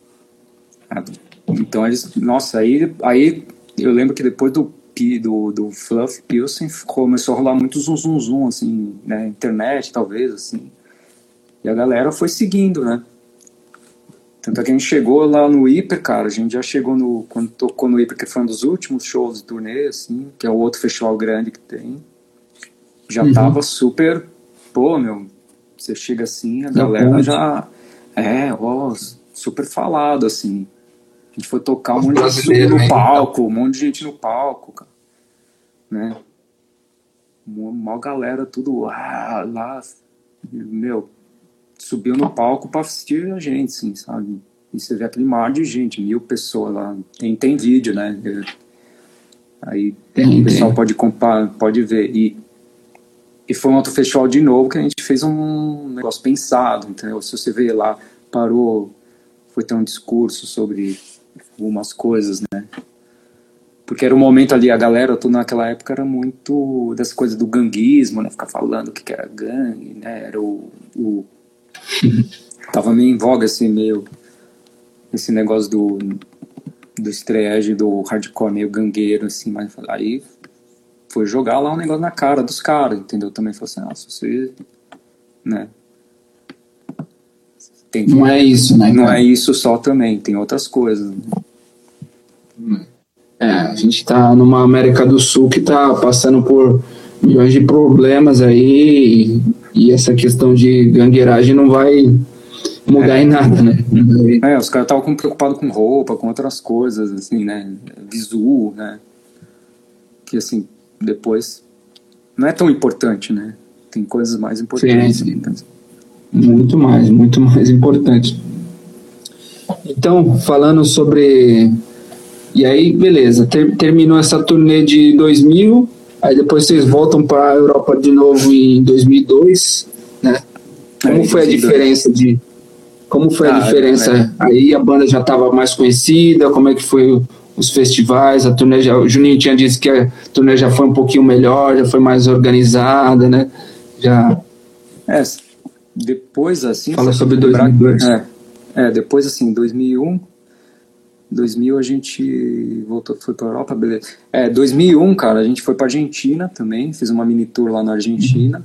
Então eles, nossa, aí, aí eu lembro que depois do do, do Fluff Pilsen começou a rolar muito zum zum zum, assim, né? Internet talvez, assim. E a galera foi seguindo, né? Tanto é que a gente chegou lá no Hiper, cara, a gente já chegou no... Quando tocou no Hiper, que foi um dos últimos shows de turnê, assim, que é o outro festival grande que tem, já Uhum. tava super... Pô, meu, você chega assim, a galera já... É, ó, super falado, assim. A gente foi tocar, um monte de gente subiu no palco, um monte de gente no palco, cara. Né? Uma galera, tudo ah, lá, meu... subiu no palco para assistir a gente, assim, sabe? E você vê aquele mar de gente, mil pessoas lá. Tem, tem vídeo, né? Aí Tem, o pessoal tem. pode comparar, pode ver. E, e foi um outro festival de novo que a gente fez um negócio pensado, entendeu? Se você vê lá, parou, foi ter um discurso sobre algumas coisas, né? Porque era um momento ali, a galera, tudo naquela época era muito dessa coisa do ganguismo, né? Ficar falando o que, que era gangue, né? Era o... o tava meio em voga assim, meio esse negócio do do estreage do hardcore meio gangueiro assim, mas aí foi jogar lá um negócio na cara dos caras, entendeu? Também falou assim, nossa, você, né, tem que, Não é isso, né? não cara? é isso só também, tem outras coisas, né? É, a gente tá numa América do Sul que tá passando por milhões de problemas aí, e, e essa questão de gangueiragem não vai mudar É. em nada, né? É, os caras estavam preocupados com roupa, com outras coisas, assim, né? Visu, né? Que, assim, depois não é tão importante, né? Tem coisas mais importantes. Sim, sim. Né? Muito mais, muito mais importante. Então, falando sobre... E aí, beleza, ter, terminou essa turnê de dois mil, aí depois vocês voltam para a Europa de novo em dois mil e dois, né? Como É, foi a dois mil e dois. diferença de... Como foi Ah, a diferença? é. Aí a banda já estava mais conhecida, como é que foi o- os festivais, a turnê já, o Juninho tinha dito que a turnê já foi um pouquinho melhor, já foi mais organizada, né? Já É, depois assim... fala você sobre tem que lembrar- dois mil e dois. É, é, depois assim, dois mil e um, dois mil a gente voltou, foi pra Europa, beleza. É, dois mil e um, cara, a gente foi pra Argentina também, fiz uma mini tour lá na Argentina.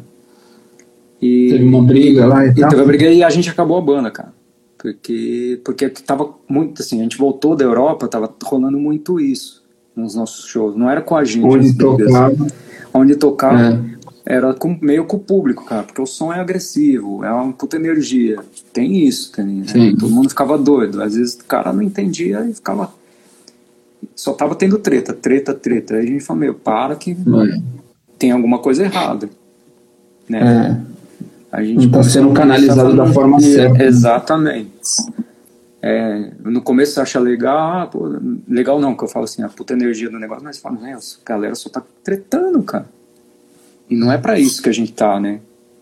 E, Teve uma briga lá e e tal. teve a briga e a gente acabou a banda, cara. Porque, porque tava muito assim, a gente voltou da Europa, tava rolando muito isso nos nossos shows. Não era com a gente. Onde as brigas. tocava. Onde tocava É. era com, meio com o público, cara, porque o som é agressivo, é uma puta energia. Tem isso também, né? Sim. Todo mundo ficava doido. Às vezes o cara não entendia e ficava. Só tava tendo treta, treta, treta. Aí a gente falou, meu, para que É. tem alguma coisa errada. Né? É. A gente Não está começou sendo a canalizado pensar da forma e- certa. Exatamente. É, no começo você acha legal, ah, pô, legal não, que eu falo assim, a puta energia do negócio, mas fala, né, a galera só tá tretando, cara. E não é pra isso que a gente tá, né?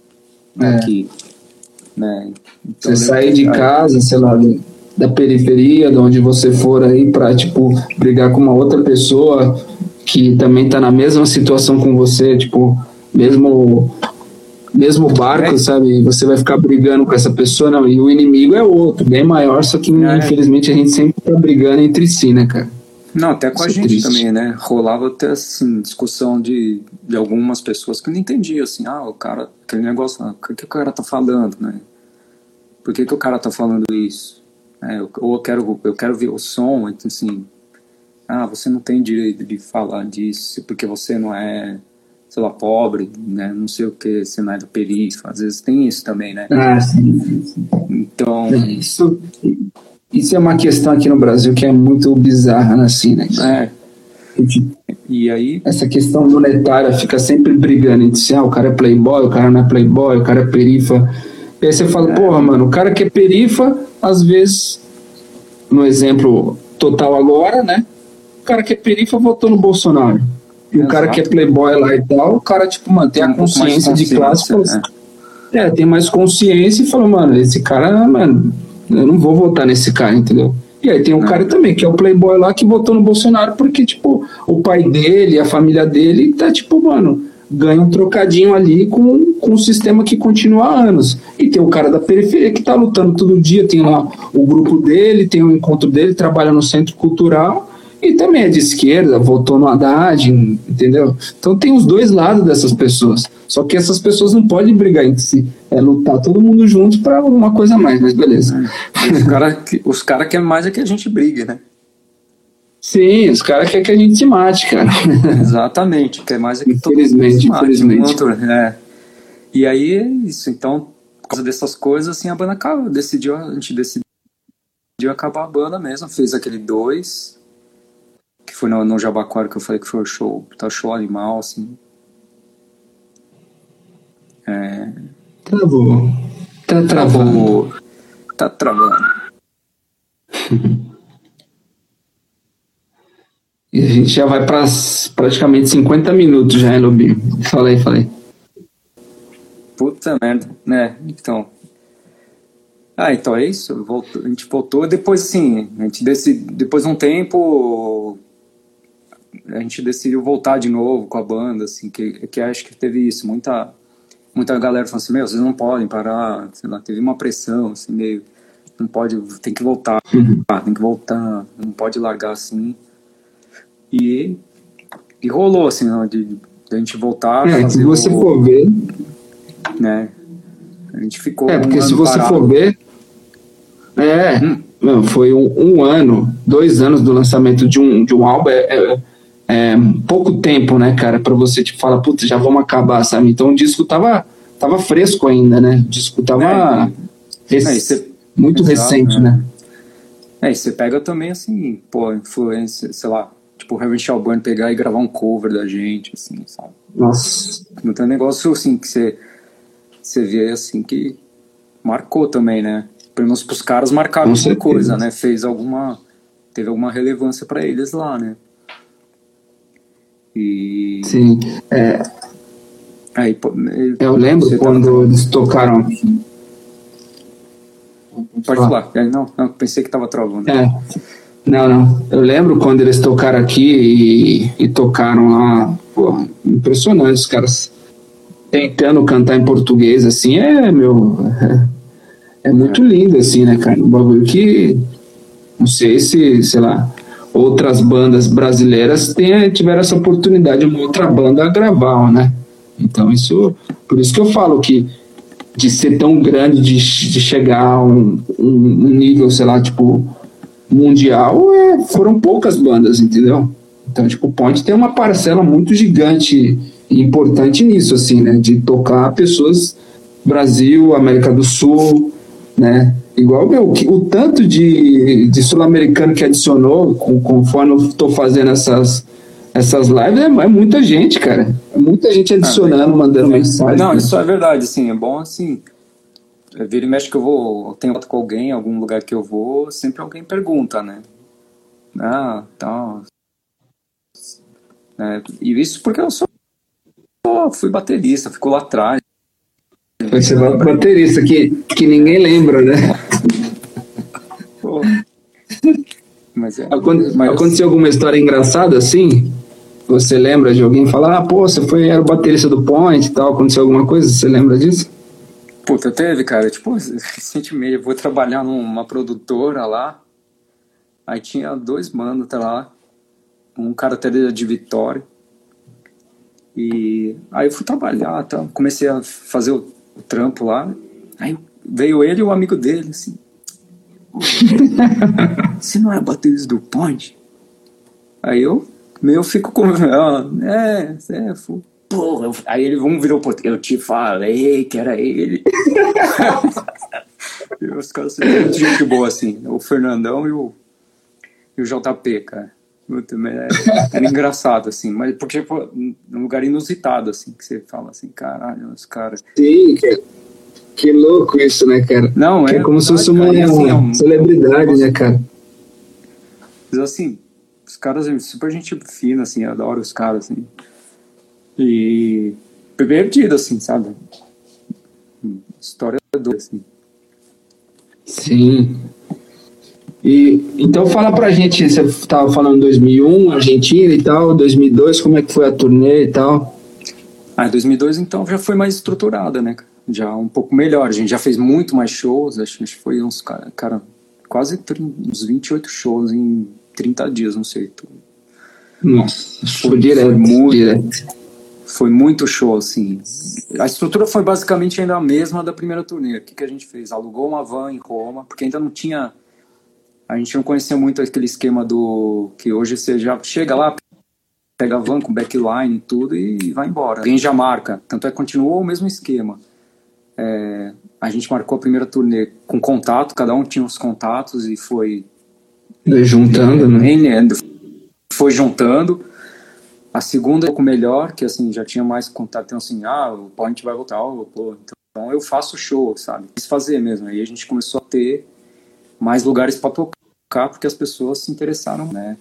É. Aqui. Né? Então, Você eu- sair de casa, sei lá, do- da periferia, de onde você for aí, pra, tipo, brigar com uma outra pessoa que também tá na mesma situação com você, tipo, mesmo, mesmo barco, É. sabe? E você vai ficar brigando com essa pessoa, não, e o inimigo é outro, bem maior, só que É. infelizmente a gente sempre tá brigando entre si, né, cara? Não, até com a Isso é gente triste. também, né? Rolava até assim, discussão de, de algumas pessoas que não entendiam, assim, ah, o cara, aquele negócio, ah, o que, que o cara tá falando, né? Por que, que o cara tá falando isso? É, eu- ou eu quero, eu quero ver o som, então assim, ah, você não tem direito de falar disso porque você não é, sei lá, pobre, né? Não sei o que, você não é da periferia, às vezes tem isso também, né? Ah, sim, sim. Então, Isso, isso é uma questão aqui no Brasil que é muito bizarra, né, assim, né? é, A gente- e aí, Essa questão monetária fica sempre brigando entre si, ah, o cara é playboy, o cara não é playboy, o cara é perifa. E aí você fala, porra, mano, o cara que é perifa, às vezes, no exemplo total agora, né? O cara que é perifa votou no Bolsonaro. E o Exato. cara que é playboy lá e tal, o cara, tipo, mantém Tem a um pouco mais de consciência de classe. consciência, fala assim, É, tem mais consciência e fala, mano, esse cara, mano, eu não vou votar nesse cara, entendeu? E aí tem um Não. cara também, que é o playboy lá, que votou no Bolsonaro porque, tipo, o pai dele, a família dele, tá, tipo, mano, ganha um trocadinho ali com, com um sistema que continua há anos. E tem o cara da periferia que tá lutando todo dia, tem lá o grupo dele, tem o encontro dele, trabalha no centro cultural, e também é de esquerda, votou no Haddad, entendeu? Então tem os dois lados dessas pessoas. Só que essas pessoas não podem brigar entre si. É lutar todo mundo junto para alguma coisa a mais, mas beleza. os caras os cara querem mais é que a gente brigue, né? Sim, os caras querem que a gente se mate, cara. Exatamente, quer mais é que todo mundo Infelizmente, se mate, infelizmente. um outro, é. E aí é isso, então, por causa dessas coisas, assim, a banda acaba, decidiu, a gente decidiu acabar a banda mesmo, fez aquele dois, que foi no, no Jabaquara que eu falei que foi o show, tá show animal, assim. É, Travou. Tá travando. travou, tá travando. E a gente já vai para praticamente cinquenta minutos já, hein, Lobinho? Fala aí, fala aí. Puta merda, né? Então. Ah, então é isso. Voltou, a gente voltou. Depois, assim, a gente decidi, depois de um tempo, a gente decidiu voltar de novo com a banda, assim, que, que acho que teve isso. Muita, muita galera falou assim: meu, vocês não podem parar. Sei lá, teve uma pressão, assim, meio. Não pode, tem que voltar, tem que voltar, não pode largar assim. E, e rolou, assim, né, de, de a gente voltar. É, fazer se você o- for ver. né? A gente ficou. É, porque um se ano você parado. for ver. É, Hum. não, foi um, um ano, dois anos do lançamento de um, de um álbum. É, é, é pouco tempo, né, cara, pra você tipo, falar, putz, já vamos acabar, sabe? Então o disco tava, tava fresco ainda, né? O disco tava É, rec- é, e cê- muito exato, recente, né? né? É, e você pega também, assim, pô, influência, sei lá, tipo o Heaven Shall Burn pegar e gravar um cover da gente, assim, sabe? Nossa. Não tem um negócio, assim, que você você vê, assim, que marcou também, né? Pelo menos pros caras marcaram Com alguma certeza. coisa, né? Fez alguma... Teve alguma relevância pra eles lá, né? E... Sim. É, Aí, pô, eu lembro você quando tava- eles tocaram. Pode falar. É, não, não, pensei que tava travando. É. Não, não. Eu lembro quando eles tocaram aqui e, e tocaram lá. Pô, impressionante, os caras tentando cantar em português, assim, é, meu... É, é muito lindo, assim, né, cara? Um bagulho que... Não sei se, sei lá, outras bandas brasileiras tenha, tiveram essa oportunidade, uma outra banda a gravar, né? Então, isso... Por isso que eu falo que de ser tão grande, de, de chegar a um, um, um nível, sei lá, tipo, mundial, é, foram poucas bandas, entendeu? Então, tipo, o Point tem uma parcela muito gigante e importante nisso, assim, né? De tocar pessoas Brasil, América do Sul, né? Igual, meu, o tanto de, de sul-americano que adicionou, com, conforme eu tô fazendo essas, essas lives, é, é muita gente, cara. É muita gente adicionando, ah, mandando mensagem. Não, né? Isso é verdade, assim, é bom, assim, vira e mexe que eu vou, eu tenho contato com alguém, algum lugar que eu vou, sempre alguém pergunta, né? Ah, tal. É, e isso porque eu sou, pô, fui baterista, fico lá atrás. Você é baterista, que, que ninguém lembra, né? Pô. Mas é, Aconte, mas... Aconteceu alguma história engraçada assim? Você lembra de alguém falar, ah, pô, você foi, era o baterista do Point e tal, aconteceu alguma coisa? Você lembra disso? Puta, teve, cara, tipo, recentemente eu vou trabalhar numa produtora lá, aí tinha dois manos, tá lá, um cara até de Vitória, e aí eu fui trabalhar, tá, comecei a fazer o, o trampo lá, aí veio ele e o amigo dele, assim, você não é baterista do Point? Aí eu, meu, fico com, ah, é, é, fui. Porra, aí ele um virou pro eu te falei que era ele. E os caras são muito gente boa, assim. O Fernandão e o, e o J P, cara. Era, era engraçado, assim. Mas porque pô, num lugar inusitado, assim, que você fala assim, caralho, os caras. Sim, que, que louco isso, né, cara? Não, que é. É como se fosse uma, cara, assim, é um, celebridade, um, né, cara? Mas assim, os caras super gente fina, assim, eu adoro os caras, assim. E perdido, assim, sabe? História doida, assim. Sim. E, então fala pra gente, você estava falando dois mil e um, Argentina e tal, dois mil e dois, como é que foi a turnê e tal? Ah, dois mil e dois então já foi mais estruturada, né? Já um pouco melhor, a gente já fez muito mais shows, acho que foi uns, cara, cara quase uns vinte e oito shows em trinta dias, não sei. Nossa, foi, foi direto, foi muito, direto. Foi muito show, assim. A estrutura foi basicamente ainda a mesma da primeira turnê. O que, que a gente fez? Alugou uma van em Roma, porque ainda não tinha... A gente não conhecia muito aquele esquema do... Que hoje você já chega lá, pega a van com backline e tudo e vai embora. Alguém já marca. Tanto é que continuou o mesmo esquema. É, a gente marcou a primeira turnê com contato, cada um tinha os contatos e foi... Juntando, né? Foi juntando. A segunda é um pouco melhor, que assim, já tinha mais contato, então assim, ah, o Point vai voltar, oh, pô, então eu faço show, sabe? Quis fazer mesmo. Aí a gente começou a ter mais lugares para tocar, porque as pessoas se interessaram, né?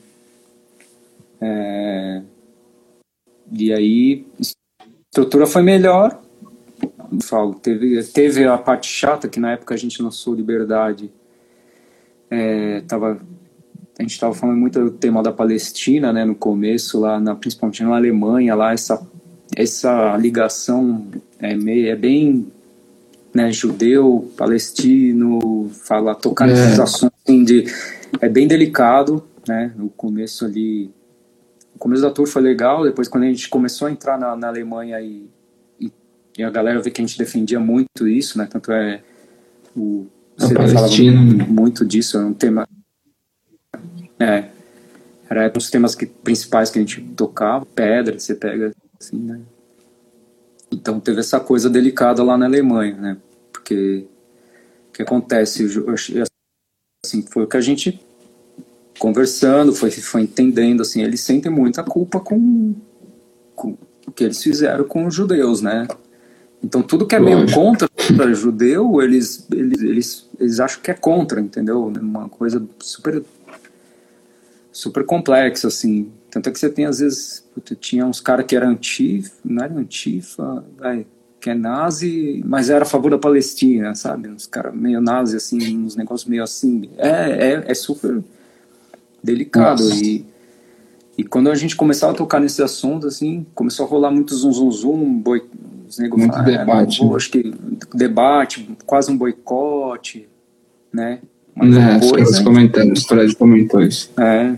É... E aí, a estrutura foi melhor. Falo, teve, teve a parte chata, que na época a gente lançou Liberdade, é, tava... A gente estava falando muito do tema da Palestina, né, no começo, lá na, principalmente na Alemanha, lá essa, essa ligação é, meio, é bem, né, judeu, palestino, fala, tocar é. nesses assuntos assim, de, é bem delicado, né, no começo ali, o começo da tour foi legal, depois quando a gente começou a entrar na, na Alemanha e, e, e a galera vê que a gente defendia muito isso, né, tanto é o você falava muito disso, é um tema. É, era um dos temas que, principais que a gente tocava, pedra, você pega assim, né? Então teve essa coisa delicada lá na Alemanha, né? Porque o que acontece, assim, foi o que a gente conversando, foi, foi entendendo, assim, eles sentem muita culpa com, com o que eles fizeram com os judeus, né? Então tudo que é meio contra o judeu, eles, eles, eles, eles acham que é contra, entendeu? Uma coisa super... super complexo, assim. Tanto é que você tem, às vezes, puta, tinha uns caras que eram antifa, não era antifa, vai, que é nazi, mas era a favor da Palestina, sabe? Uns caras meio nazi, assim, uns negócios meio assim. É, é, é super delicado. E, e quando a gente começava a tocar nesse assunto, assim, começou a rolar muito zum, zum, zum, boi, os negócios, muito debate. É, vou, acho que debate, quase um boicote, né? Mas é, depois, os né? comentários, os Fred comentou isso. É.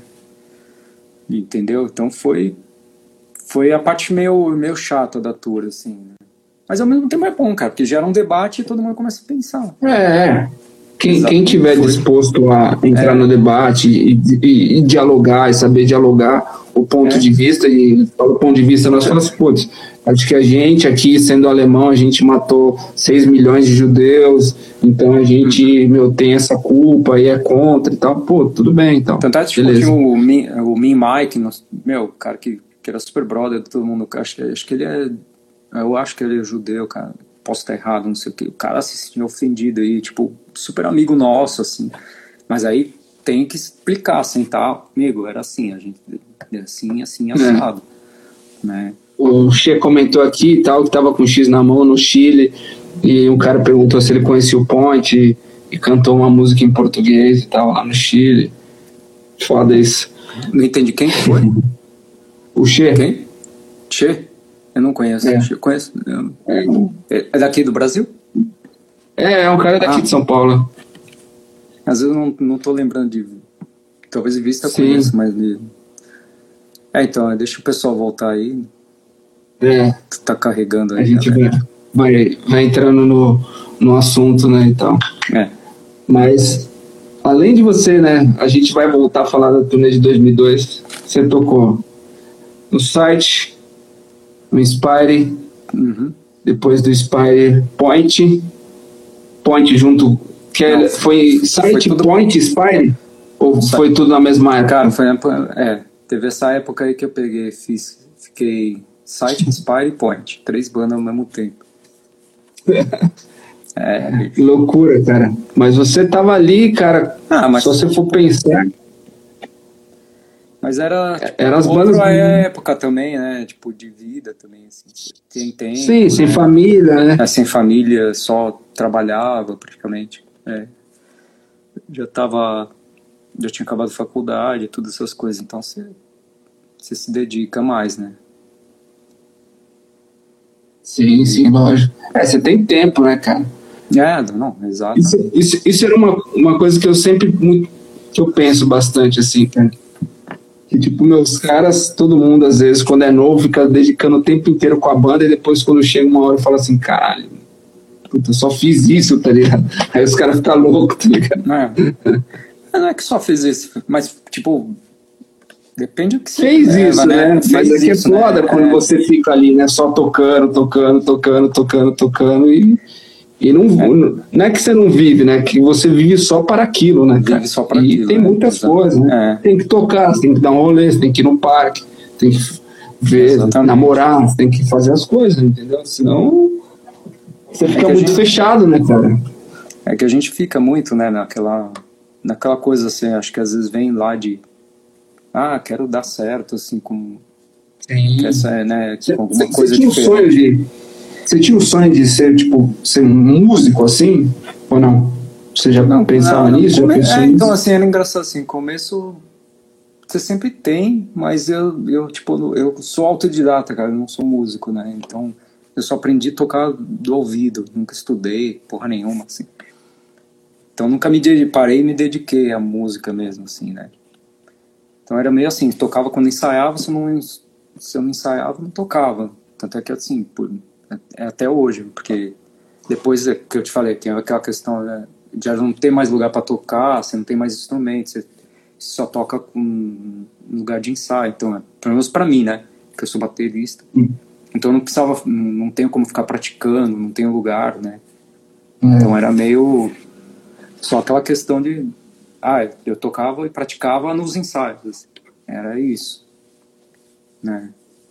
Entendeu? Então foi foi a parte meio, meio chata da tour, assim, né? Mas ao mesmo tempo é bom, cara, porque gera um debate e todo mundo começa a pensar. É, é. Quem, Exato. quem tiver Foi. disposto a entrar é. no debate e, e, e dialogar, e saber dialogar o ponto é. de vista, e para o ponto de vista nós falamos, putz, acho que a gente aqui, sendo alemão, a gente matou seis milhões de judeus, então a gente, uhum. meu, tem essa culpa e é contra e tal, pô, tudo bem, então. Tanto é que tipo, tinha o Min, o Min Mike, meu, cara que, que era super brother de todo mundo, acho que, acho que ele é, eu acho que ele é judeu, cara, posso estar errado, não sei o que, o cara se sentiu ofendido aí, tipo, super amigo nosso, assim, mas aí tem que explicar, sentar, amigo, era assim, a gente, assim, assim, assado, é. né? O Che comentou aqui e tal, que tava com X na mão no Chile, e um cara perguntou se ele conhecia o Point e, e cantou uma música em português e tal, lá no Chile. Foda isso. Não entendi quem foi? O Che. Quem? Che? Eu não conheço. É. Eu conheço. Eu... É. é daqui do Brasil? É, é um cara daqui ah. de São Paulo. Às vezes eu não, não tô lembrando de... Talvez de vista eu conheço, mas... De... É, então, deixa o pessoal voltar aí. É. Tu tá carregando aí. A gente vai, vai, vai entrando no, no assunto, né, então. É. Mas, além de você, né, a gente vai voltar a falar da turnê de dois mil e dois. Você tocou no site, no Inspire, uhum. depois do Inspire Point, Point junto, que Não, foi site, foi tudo... Point, Inspire? Ou Site. Foi tudo na mesma época? Cara, foi, é, teve essa época aí que eu peguei, fiz, fiquei Site, Inspire e Point, três bandas ao mesmo tempo. É, que loucura, cara. Mas você tava ali, cara, ah, mas se você for pensar... Mas era tipo, era as outra bandas época também, né? Tipo, de vida também, assim. Tem tempo, Sim, né? sem família, né? É, sem família, só trabalhava praticamente. É. Já tava... Já tinha acabado a faculdade, todas essas coisas. Então você, você se dedica mais, né? Sim, sim, lógico. É, você tem tempo, né, cara? É, não, exato. Isso, isso, isso era uma, uma coisa que eu sempre... Muito, que eu penso bastante, assim, cara. Que, tipo, meus caras, todo mundo, às vezes, quando é novo, fica dedicando o tempo inteiro com a banda e depois, quando chega uma hora, fala assim, caralho, puta, eu só fiz isso, tá ligado? Aí os caras ficam loucos, tá ligado? É. Não é que só fez isso, mas, tipo, depende do que você fez leva, isso, né? né? Mas é que é foda, né? Quando é. você fica ali, né, só tocando, tocando, tocando, tocando, tocando e... E não, é. não é que você não vive, né? Que você vive só para aquilo, né? Cara? Vive só para e aquilo. tem muitas Exato. coisas, né? É. Tem que tocar, você tem que dar um rolê, você tem que ir no parque, tem que ver, Exatamente. namorar, você tem que fazer as coisas, entendeu? Senão você fica é muito gente, fechado, né, cara? É que a gente fica muito, né, naquela, naquela coisa assim, acho que às vezes vem lá de ah, quero dar certo, assim, com Sim. essa, né, com alguma você, coisa você tinha diferente. Um sonho de... Você tinha o sonho de ser, tipo, ser músico, assim? Ou não? Você já não, pensava não, nisso? Come... Já pensou é, nisso? então, assim, era engraçado, assim, começo... Você sempre tem, mas eu, eu, tipo, eu sou autodidata, cara, eu não sou músico, né? Então, eu só aprendi a tocar do ouvido, nunca estudei, porra nenhuma, assim. Então, nunca me dediquei, parei e me dediquei à música mesmo, assim, né? Então, era meio assim, tocava quando ensaiava, se eu não, se eu não ensaiava, não tocava. Tanto é que, assim, por... É até hoje, porque depois que eu te falei, tem aquela questão, né, de já não ter mais lugar para tocar, você não tem mais instrumentos, você só toca com um lugar de ensaio. Então, é, pelo menos para mim, né, que eu sou baterista, hum. então eu não precisava, não tenho como ficar praticando, não tenho lugar, né. Hum. Então era meio só aquela questão de, ah, eu tocava e praticava nos ensaios, era isso, né.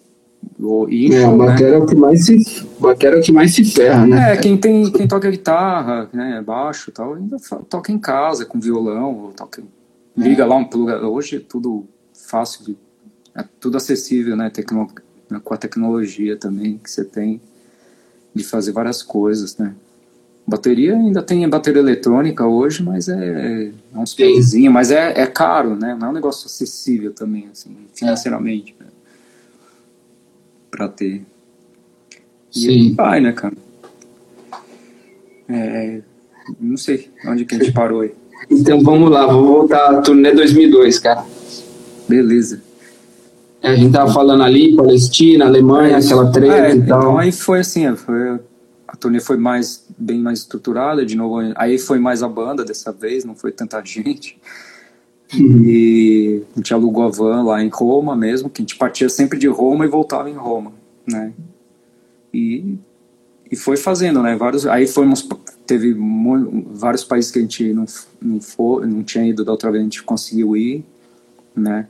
E, é, show, bateria né? é o que mais se bateria é o que mais se ferra, né? É, quem tem quem toca guitarra, né, baixo, tal, ainda toca em casa com violão, ou toca, liga é. lá um pluga. Hoje é tudo fácil, de, é tudo acessível, né, tecno, com a tecnologia também que você tem. de fazer várias coisas, né? Bateria ainda tem bateria eletrônica hoje, mas é, é uns pezinhos, mas é, é caro, né? Não é um negócio acessível também, assim, financeiramente, né? Pra ter. E Sim. aí vai, né, cara? É, não sei onde que a gente parou aí. Então vamos lá, vamos voltar à turnê dois mil e dois, cara. Beleza. É, a gente tava falando ali, Palestina, Alemanha, É, aquela treta é, e tal. então aí foi assim, foi, a turnê foi mais, bem mais estruturada, de novo, aí foi mais a banda dessa vez, não foi tanta gente. Uhum. E a gente alugou a van lá em Roma mesmo, que a gente partia sempre de Roma e voltava em Roma, né? E, e foi fazendo, né? Vários, aí fomos, teve mu- vários países que a gente não, não, for, não tinha ido da outra vez, a gente conseguiu ir, né?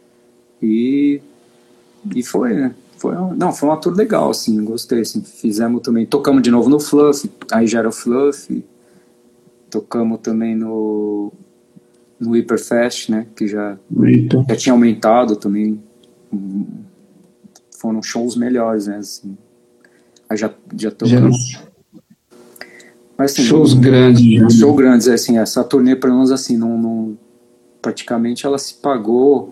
E, e foi, né? Foi, um- não, foi uma tour legal, assim, gostei, assim, fizemos também, tocamos de novo no Fluff, aí já era o Fluff, tocamos também no, no Hyperfest, né, que já, Eita. já tinha aumentado também, hum, foram shows melhores, né, assim, aí já, já Já tocamos, mas assim, shows grandes. Já. show grandes, assim, essa turnê, pelo menos assim, não, não, praticamente ela se pagou,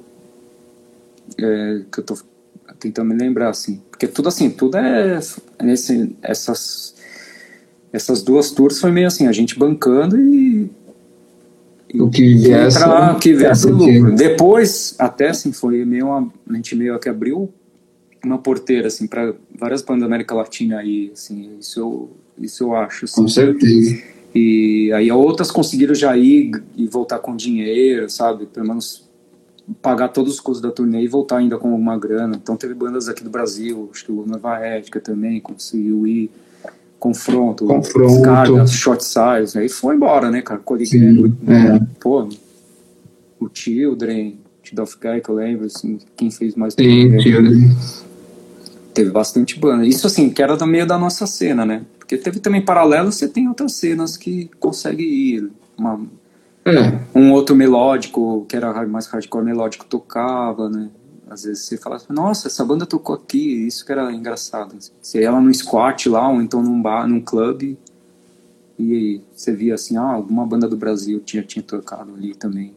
é, que eu tô tentando me lembrar, assim, porque tudo assim, tudo é nesse, essas essas duas tours foi meio assim, a gente bancando e, e O que viesse. entrar, o que viesse é, porque- lucro. Depois, até assim, foi meio uma, a gente meio que abriu uma porteira assim para várias bandas da América Latina aí, assim, isso eu, isso eu acho, assim. Com certeza. E aí outras conseguiram já ir e voltar com dinheiro, sabe? Pelo menos pagar todos os custos da turnê e voltar ainda com alguma grana. Então teve bandas aqui do Brasil, acho que o Nova Ética também conseguiu ir, Confronto, Confronto. Descarga, Short Size, aí foi embora, né, cara? Coligano, Sim, é. pô, o Children, Child of Guy, que eu lembro, assim, quem fez mais Sim, turnê. Children. Teve bastante banda. Isso, assim, que era do meio da nossa cena, né? Porque teve também paralelo, você tem outras cenas que consegue ir. Uma, É, um outro melódico, que era hard- mais hardcore melódico, tocava, né? Às vezes você fala assim, nossa, essa banda tocou aqui, isso que era engraçado. Assim. Você ia lá no squat lá, ou então num bar, num clube, e você via assim, ah, alguma banda do Brasil tinha, tinha tocado ali também,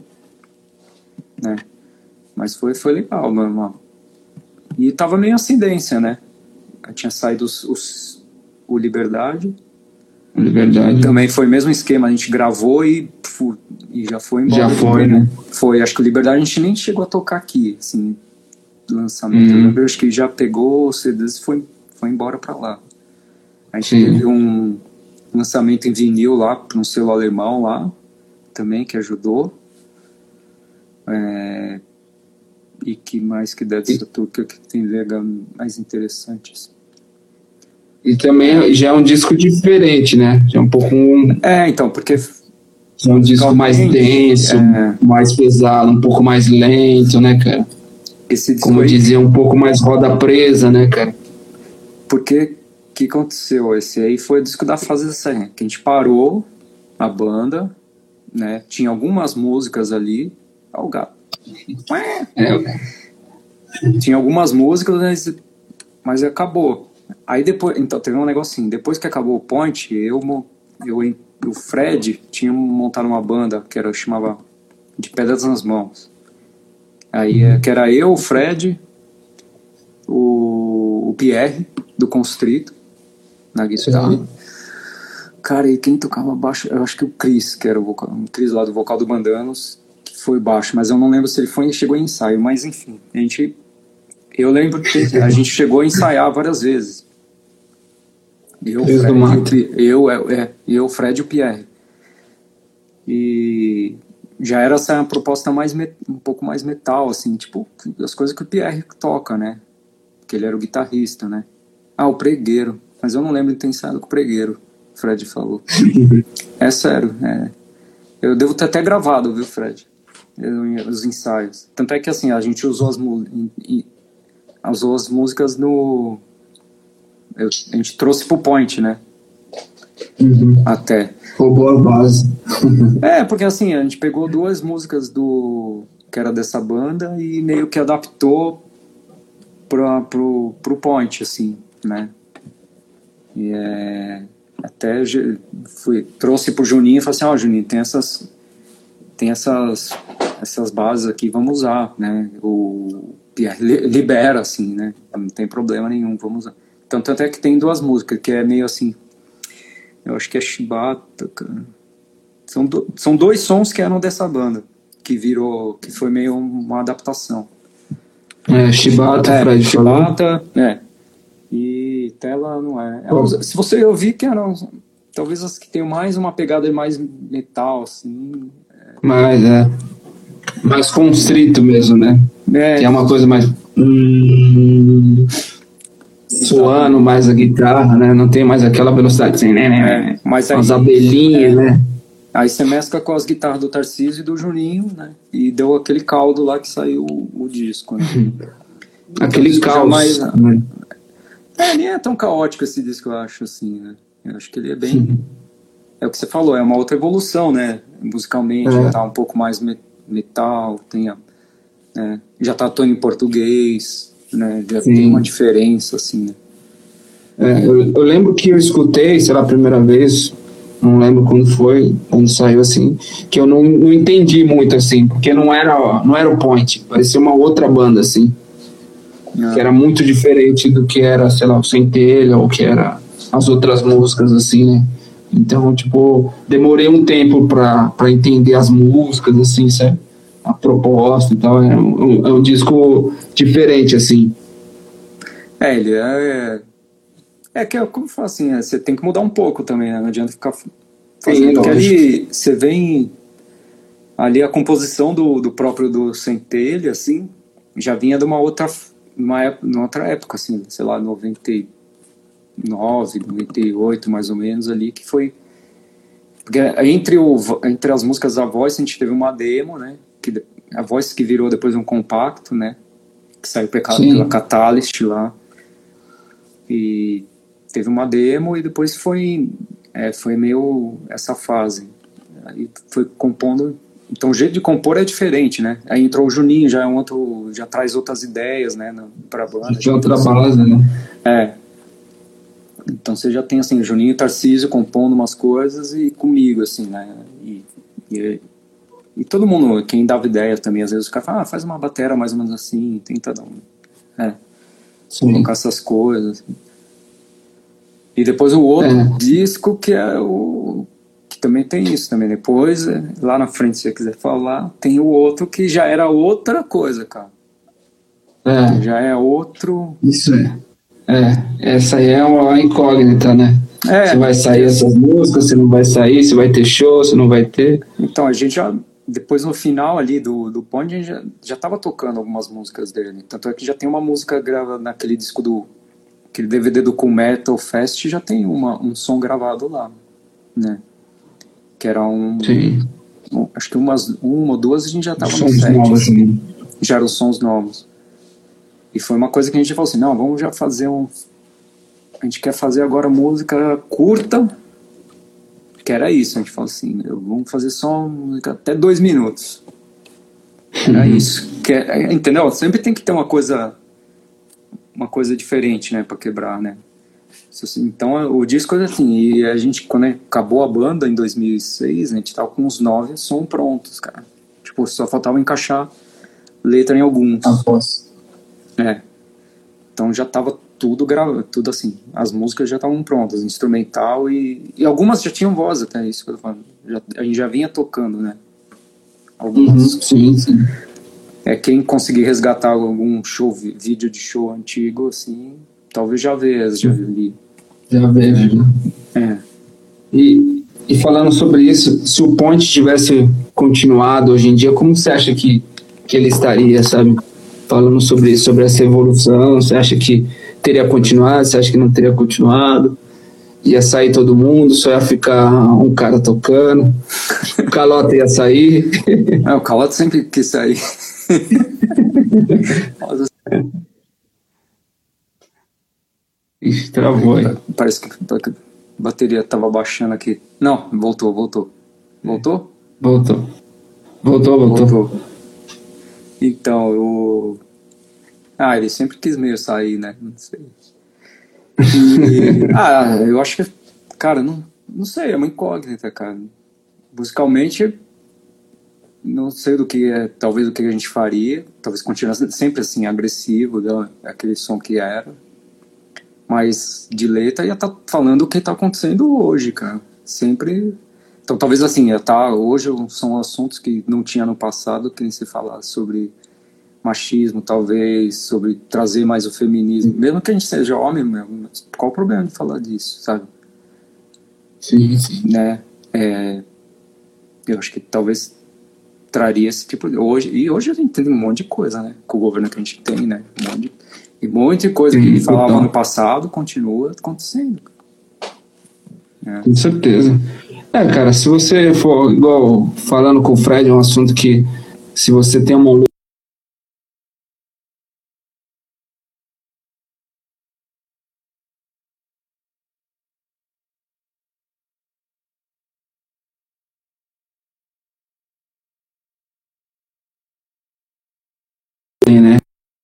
né? Mas foi, foi legal, mano. E tava meio ascendência, né? Tinha saído os, os, o Liberdade. Liberdade. Também foi o mesmo esquema, a gente gravou e, fu, e já foi embora. Já foi, né? Foi, acho que o Liberdade a gente nem chegou a tocar aqui, assim, do lançamento. Uhum. Eu lembro, acho que já pegou o C Ds e foi, foi embora pra lá. A gente Sim. teve um lançamento em vinil lá, para um selo alemão lá, também, que ajudou. É, e que mais que deve ser tour que tem legal, mais interessante, assim. E também já é um disco diferente, né? Já é um pouco um, É, então, porque já é um disco mais denso, é, mais pesado, um pouco mais lento, né, cara? esse disco Como aí, dizia, um pouco mais roda presa, né, cara? porque o que aconteceu? Esse aí foi o disco da fase dessa, que a gente parou a banda, né? Tinha algumas músicas ali. Ó, o gato. É, Tinha algumas músicas, mas, mas acabou. Aí depois, então teve um negocinho. Depois que acabou o Point, eu, eu, o Fred tinha montado uma banda que era, chamava De Pedras nas Mãos. Aí uhum. que era eu, o Fred, o, o Pierre do Constrito na guitarra. Sim. Cara, e quem tocava baixo? Eu acho que o Chris, que era o, vocal, o Chris lá do vocal do Bandanos, que foi baixo, mas eu não lembro se ele foi chegou em ensaio, mas enfim, a gente, eu lembro que a gente chegou a ensaiar várias vezes. Eu, Fred, eu, eu, é, eu, Fred e o Pierre. E já era essa proposta mais met, um pouco mais metal, assim, tipo, as coisas que o Pierre toca, né? Que ele era o guitarrista, né? Ah, o Pregueiro. Mas eu não lembro de ter ensaiado com o Pregueiro, o Fred falou. É sério, é. Eu devo ter até gravado, viu, Fred? Os ensaios. Tanto é que, assim, a gente usou as, usou as músicas no... Eu, a gente trouxe pro Point, né? Uhum. Até. Roubou a base. É, porque assim, a gente pegou duas músicas do que era dessa banda e meio que adaptou pra, pro, pro Point, assim, né? E é, até fui, trouxe pro Juninho e falei assim, ó, oh, Juninho, tem essas tem essas essas bases aqui, vamos usar, né? O libera, assim, né? Não tem problema nenhum, vamos usar. Então, tanto é que tem duas músicas, que é meio assim, eu acho que é Shibata, cara. São, do, são dois sons que eram dessa banda, que virou, que foi meio uma adaptação. É, Shibata, é, Fred Shibata, é. E Tela não é. é uns, se você ouvir, que eram talvez as que tenham mais uma pegada mais metal, assim. É. Mais, é. Mais constrito mesmo, né? É, que é uma coisa mais. Hum, suando mais a guitarra, né? Não tem mais aquela velocidade assim, né? É, mas aí, as abelhinhas, é, né? Aí você mescla com as guitarras do Tarcísio e do Juninho, né? E deu aquele caldo lá que saiu o, o disco, né? Aquele então, caos. Mais, né? É, nem é tão caótico esse disco, eu acho, assim, né? Eu acho que ele é bem. Uhum. É o que você falou, é uma outra evolução, né? Musicalmente, é. Já tá um pouco mais metal, tem a, é, já tá todo em português, né? Já Sim. Tem uma diferença, assim, né? É, eu, eu lembro que eu escutei, sei lá, a primeira vez, não lembro quando foi, quando saiu, assim, que eu não, não entendi muito, assim, porque não era, não era o Point, parecia uma outra banda, assim. Não. Que era muito diferente do que era, sei lá, o Centelha ou que era as outras músicas, assim, né? Então, tipo, demorei um tempo pra, pra entender as músicas, assim, sabe? A proposta e tal. É um, é um disco diferente, assim. É, ele é... É que, como eu falo assim, é, você tem que mudar um pouco também, né? Não adianta ficar fazendo... Sim, porque ali, você vem... Ali a composição do, do próprio do Centelha, assim, já vinha de uma outra... Numa, época, numa outra época, assim, sei lá, noventa e nove, noventa e oito, mais ou menos, ali, que foi... Porque entre, o, entre as músicas da Voice, a gente teve uma demo, né? Que, a Voice que virou depois um compacto, né? Que saiu pela, pela Catalyst lá. E teve uma demo e depois foi, é, foi meio essa fase. Aí foi compondo... Então o jeito de compor é diferente, né? Aí entrou o Juninho, já é um outro, já traz outras ideias, né, pra banda. Já outra base, né? É. Então você já tem assim, Juninho e Tarcísio compondo umas coisas e comigo, assim, né? E, e, e todo mundo, quem dava ideia também, às vezes o cara fala, ah, faz uma batera mais ou menos assim, tenta dar um... É. Sim. Colocar essas coisas. E depois o outro é. disco que é o... também tem isso também. Depois, lá na frente, se você quiser falar, tem o outro que já era outra coisa, cara. É. Já é outro... Isso é. É, essa aí é uma incógnita, né? É. Se vai sair essas músicas, se não vai sair, se vai ter show, se não vai ter. Então, a gente já... Depois, no final ali do, do Pond, a gente já, já tava tocando algumas músicas dele. Tanto é que já tem uma música gravada naquele disco do... Aquele D V D do Cool Metal Fest, já tem uma, um som gravado lá, né? Que era um, um acho que umas uma ou duas a gente já tava no set, novos, assim, já eram sons novos, e foi uma coisa que a gente falou assim, não, vamos já fazer um, a gente quer fazer agora música curta, que era isso, a gente falou assim, vamos fazer só música até dois minutos, era uhum. isso, que é, entendeu? Sempre tem que ter uma coisa uma coisa diferente, né, pra quebrar, né? Então o disco é assim, e a gente, quando acabou a banda em dois mil e seis, a gente tava com uns nove som prontos, cara. Tipo, só faltava encaixar letra em alguns. Ah, posso. É. Então já tava tudo gravado, tudo assim. As músicas já estavam prontas, instrumental e, e algumas já tinham voz até, isso que eu tô falando. Já, a gente já vinha tocando, né? Algumas. Uhum, sim, sim. É, quem conseguir resgatar algum show, vídeo de show antigo, assim... Talvez já veja, já vi. Já vejo. É. E, e falando sobre isso, se o Point tivesse continuado hoje em dia, como você acha que, que ele estaria, sabe? Falando sobre isso, sobre essa evolução, você acha que teria continuado, você acha que não teria continuado? Ia sair todo mundo, só ia ficar um cara tocando, o Calota ia sair. É, o Calota sempre quis sair. Ixi, travou aí. Parece que a bateria tava baixando aqui. Não, voltou, voltou. Voltou? Voltou. Voltou, voltou. voltou. Então, eu... Ah, ele sempre quis meio sair, né? Não sei. E, ah, eu acho que, cara, não, não sei, é uma incógnita, cara. Musicalmente, não sei do que é, talvez o que a gente faria, talvez continuasse sempre assim, agressivo, né, aquele som que era. Mas de letra ia estar tá falando o que está acontecendo hoje, cara. Sempre. Então, talvez assim, ia tá, hoje são assuntos que não tinha no passado, que nem se falar sobre machismo, talvez, sobre trazer mais o feminismo. Mesmo que a gente seja homem, mesmo, qual o problema de falar disso, sabe? Sim, sim. Né? É, eu acho que talvez traria esse tipo de... Hoje, e hoje a gente tem um monte de coisa, né? Com o governo que a gente tem, né? Um monte de, e um monte de coisa sim, que falava então. No passado continua acontecendo. É. Com certeza. É, cara, se você for, igual falando com o Fred, é um assunto que se você tem uma né?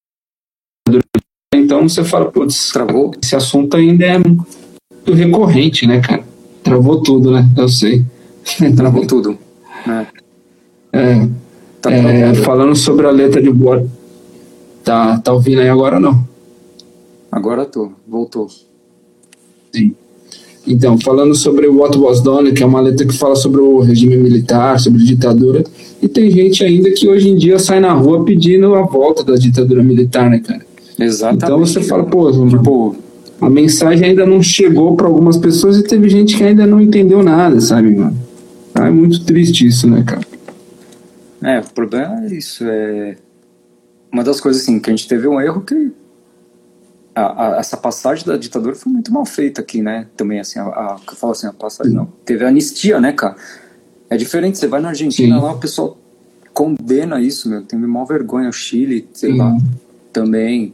Então você fala, putz, travou. Esse assunto ainda é muito recorrente, né, cara? Travou tudo, né? Eu sei. Travou tudo. É. É, tá é, falando sobre a letra de Boa. Tá, tá ouvindo aí agora ou não? Agora tô, voltou. Sim. Então, falando sobre o What Was Done, que é uma letra que fala sobre o regime militar, sobre ditadura, e tem gente ainda que hoje em dia sai na rua pedindo a volta da ditadura militar, né, cara? Exatamente. Então você fala, pô, tipo, a mensagem ainda não chegou para algumas pessoas e teve gente que ainda não entendeu nada, sabe, mano? Ah, é muito triste isso, né, cara? É, o problema é isso, é... Uma das coisas, assim, que a gente teve um erro que A, a, essa passagem da ditadura foi muito mal feita aqui, né? Também, assim, a, a, eu falo assim, a passagem não. Teve a anistia, né, cara? É diferente, você vai na Argentina, sim, lá o pessoal condena isso, meu. Tem maior vergonha, o Chile, sei sim, lá, também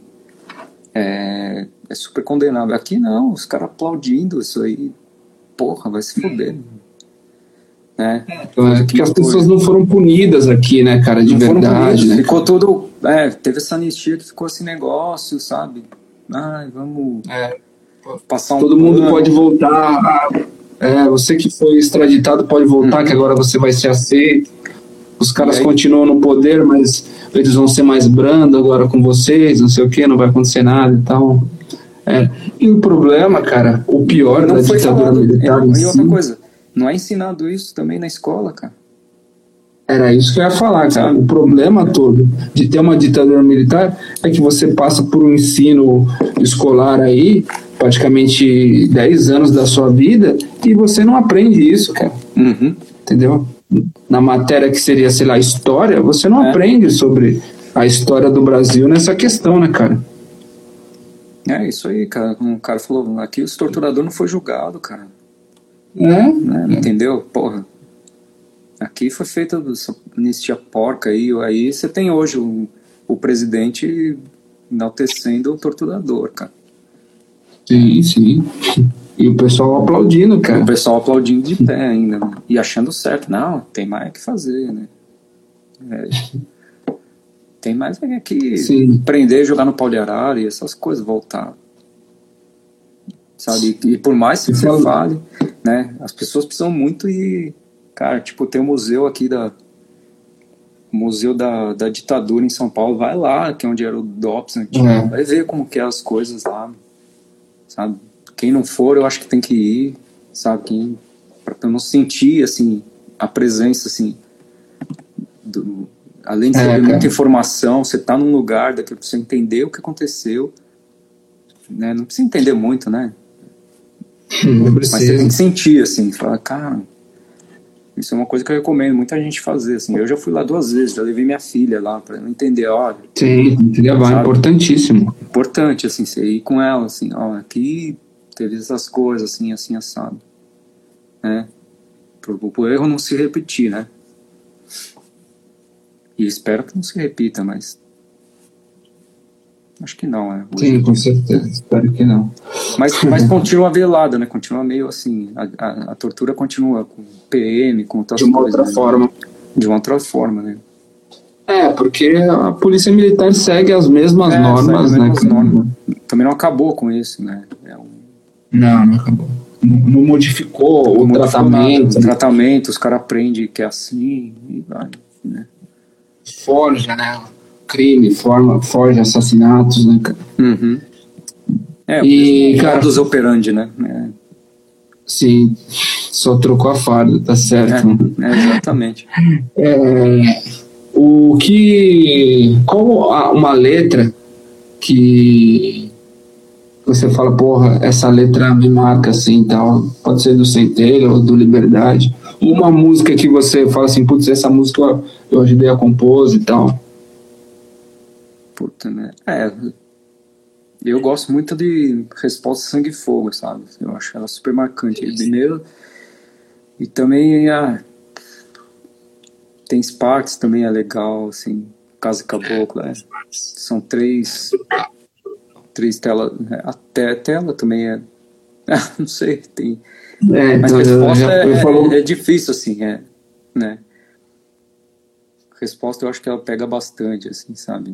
é, é super condenável. Aqui não, os caras aplaudindo isso aí, porra, vai se foder, né? É, porque as pessoas não foram punidas aqui, né, cara, de não verdade, né? Ficou tudo, é, teve essa anistia que ficou esse negócio, sabe? Ai, vamos é, passar um todo plano. mundo pode voltar. É, você que foi extraditado pode voltar, uhum, que agora você vai ser aceito. Os caras continuam no poder, mas eles vão ser mais brandos agora com vocês, não sei o que, não vai acontecer nada e tal. É. E o problema, cara, o pior não da ditadura falado, militar. É, e outra coisa, não é ensinado isso também na escola, cara. Era isso que eu ia falar, cara. O problema todo de ter uma ditadura militar é que você passa por um ensino escolar aí, praticamente dez anos da sua vida, e você não aprende isso, cara. Uhum. Entendeu? Na matéria que seria, sei lá, história, você não é. aprende sobre a história do Brasil nessa questão, né, cara? É isso aí, cara. Um cara falou, aqui os torturadores não foi julgado, cara. É? Né? É. Entendeu? Porra. Aqui foi feita essa anistia porca aí, aí você tem hoje o, o presidente enaltecendo o torturador, cara. Sim, sim. E o pessoal aplaudindo, cara. O pessoal aplaudindo de pé ainda, né? E achando certo. Não, tem mais o que fazer, né? É, tem mais é que sim, prender, jogar no pau de arara e essas coisas, voltar. Sabe? E, e por mais que você fala, fale, né? As pessoas precisam muito e... Cara, tipo, tem um museu aqui da... Museu da, da ditadura em São Paulo. Vai lá, que é onde era o DOPS, né? Tipo, é. Vai ver como que é as coisas lá, sabe? Quem não for, eu acho que tem que ir, sabe? Quem, pra não sentir, assim, a presença, assim... Do, além de receber é, muita informação, você tá num lugar daqui pra você entender o que aconteceu, né? Não precisa entender muito, né? Não Mas você tem que sentir, assim, falar, cara... Isso é uma coisa que eu recomendo muita gente fazer, assim. Eu já fui lá duas vezes, já levei minha filha lá para ela entender, olha. Sim, levar, é importantíssimo. Importante, assim, você ir com ela, assim, ó, aqui teve essas coisas, assim, assim, assado. Né? Pro, pro erro não se repetir, né? E espero que não se repita, mas... Acho que não, né? Hoje sim, com certeza, espero que não. Mas, mas continua velada, né? Continua meio assim, a, a, a tortura continua com P M, com outras coisas. De uma outra né? forma. De uma outra forma, né? É, porque a polícia militar segue as mesmas é, normas, segue as mesmas né? Normas. Também não acabou com isso, né? É um... Não, não acabou. Não, não modificou não o modificou tratamento. O tratamento, os caras aprendem que é assim e vai, né? Forja, né? Crime, forma, forja assassinatos, né, cara? Uhum. É, e, o modus operandi, né? É. Sim, só trocou a farda, tá certo. É, é exatamente. É, o que... Qual uma letra que você fala, porra, essa letra me marca assim, tal, pode ser do Centelha ou do Liberdade, uma música que você fala assim, putz, essa música eu, eu ajudei a compor e tal. Puta, né? É, eu gosto muito de Resposta Sangue e Fogo, sabe? Eu acho ela super marcante. Primeiro, e também a tem Sparks também é legal, assim, Casa e Caboclo, é. São três três telas, até tela também é, não sei, tem, é, mas então, Resposta já, é, falo... é, é difícil, assim, é, né? Resposta eu acho que ela pega bastante, assim, sabe?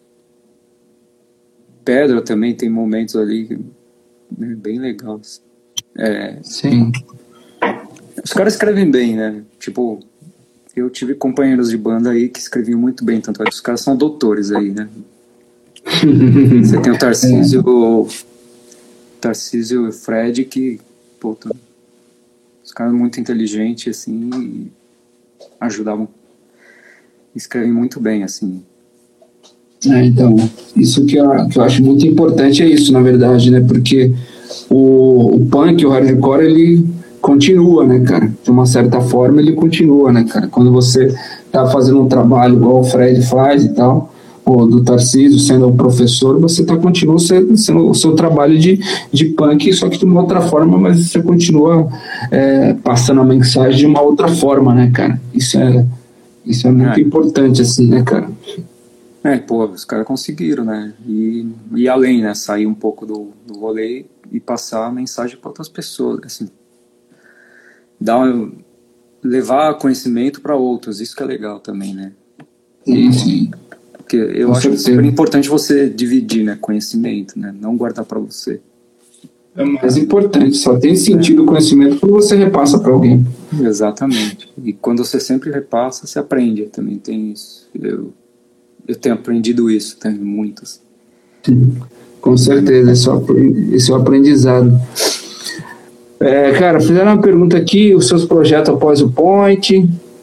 Pedra também tem momentos ali, né, bem legais. É, sim. Os caras escrevem bem, né? Tipo, eu tive companheiros de banda aí que escreviam muito bem, tanto é que os caras são doutores aí, né? Você tem o Tarcísio, é. o Tarcísio e o Fred, que, pô, os caras muito inteligentes, assim, e ajudavam, escrevem muito bem, assim. É, então, isso que eu, que eu acho muito importante é isso, na verdade, né? Porque o, o punk, o hardcore, ele continua, né, cara? De uma certa forma, ele continua, né, cara? Quando você tá fazendo um trabalho igual o Fred faz e tal, ou do Tarcísio, sendo um professor, você tá, continua sendo, sendo o seu trabalho de, de punk, só que de uma outra forma, mas você continua é, passando a mensagem de uma outra forma, né, cara? Isso é, isso é muito é. importante, assim, né, cara? É, pô, os caras conseguiram, né? E, e além, né? Sair um pouco do, do rolê e passar a mensagem para outras pessoas, assim. Dar um, levar conhecimento para outros, isso que é legal também, né? Sim, sim. Porque eu Com acho certeza. super importante você dividir, né? Conhecimento, né? Não guardar para você. É mais importante, só tem sentido o é. conhecimento quando você repassa para alguém. Exatamente. E quando você sempre repassa, você aprende. Também tem isso. Eu... Eu tenho aprendido isso, tenho muitas. Sim, com certeza, esse é o, esse é o aprendizado. É, cara, fizeram uma pergunta aqui, os seus projetos após o Point.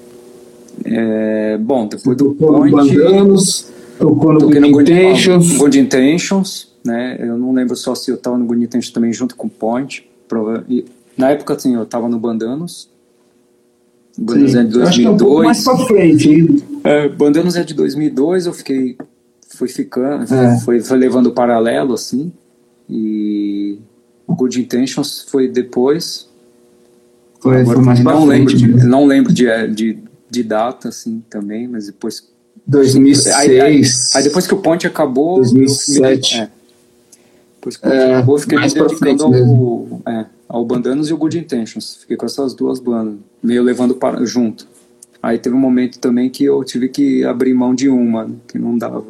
É, bom, depois do tocou Point... No Bandanos, tocou no Good Intentions. Good Intentions, né? Eu não lembro só se eu estava no Good Intentions também junto com o Point. Na época, assim, eu estava no Bandanos. Bandanos é de dois mil e dois. Acho que é um pouco mais pra frente, hein? É, Bandanos é de dois mil e dois, eu fiquei, fui ficando, é. foi, foi levando paralelo, assim, e Good Intentions foi depois. Foi, Agora, foi mais não pra lembro frente. De, não lembro de, de, de data, assim, também, mas depois... dois mil e seis. Aí, aí, aí depois que o Ponte acabou... dois mil e sete. Eu, é, depois que o Ponte é, acabou, eu fiquei me dedicando ao, é, ao Bandanos e o Good Intentions. Fiquei com essas duas bandas, meio levando para, junto. Aí teve um momento também que eu tive que abrir mão de uma, né, que não dava.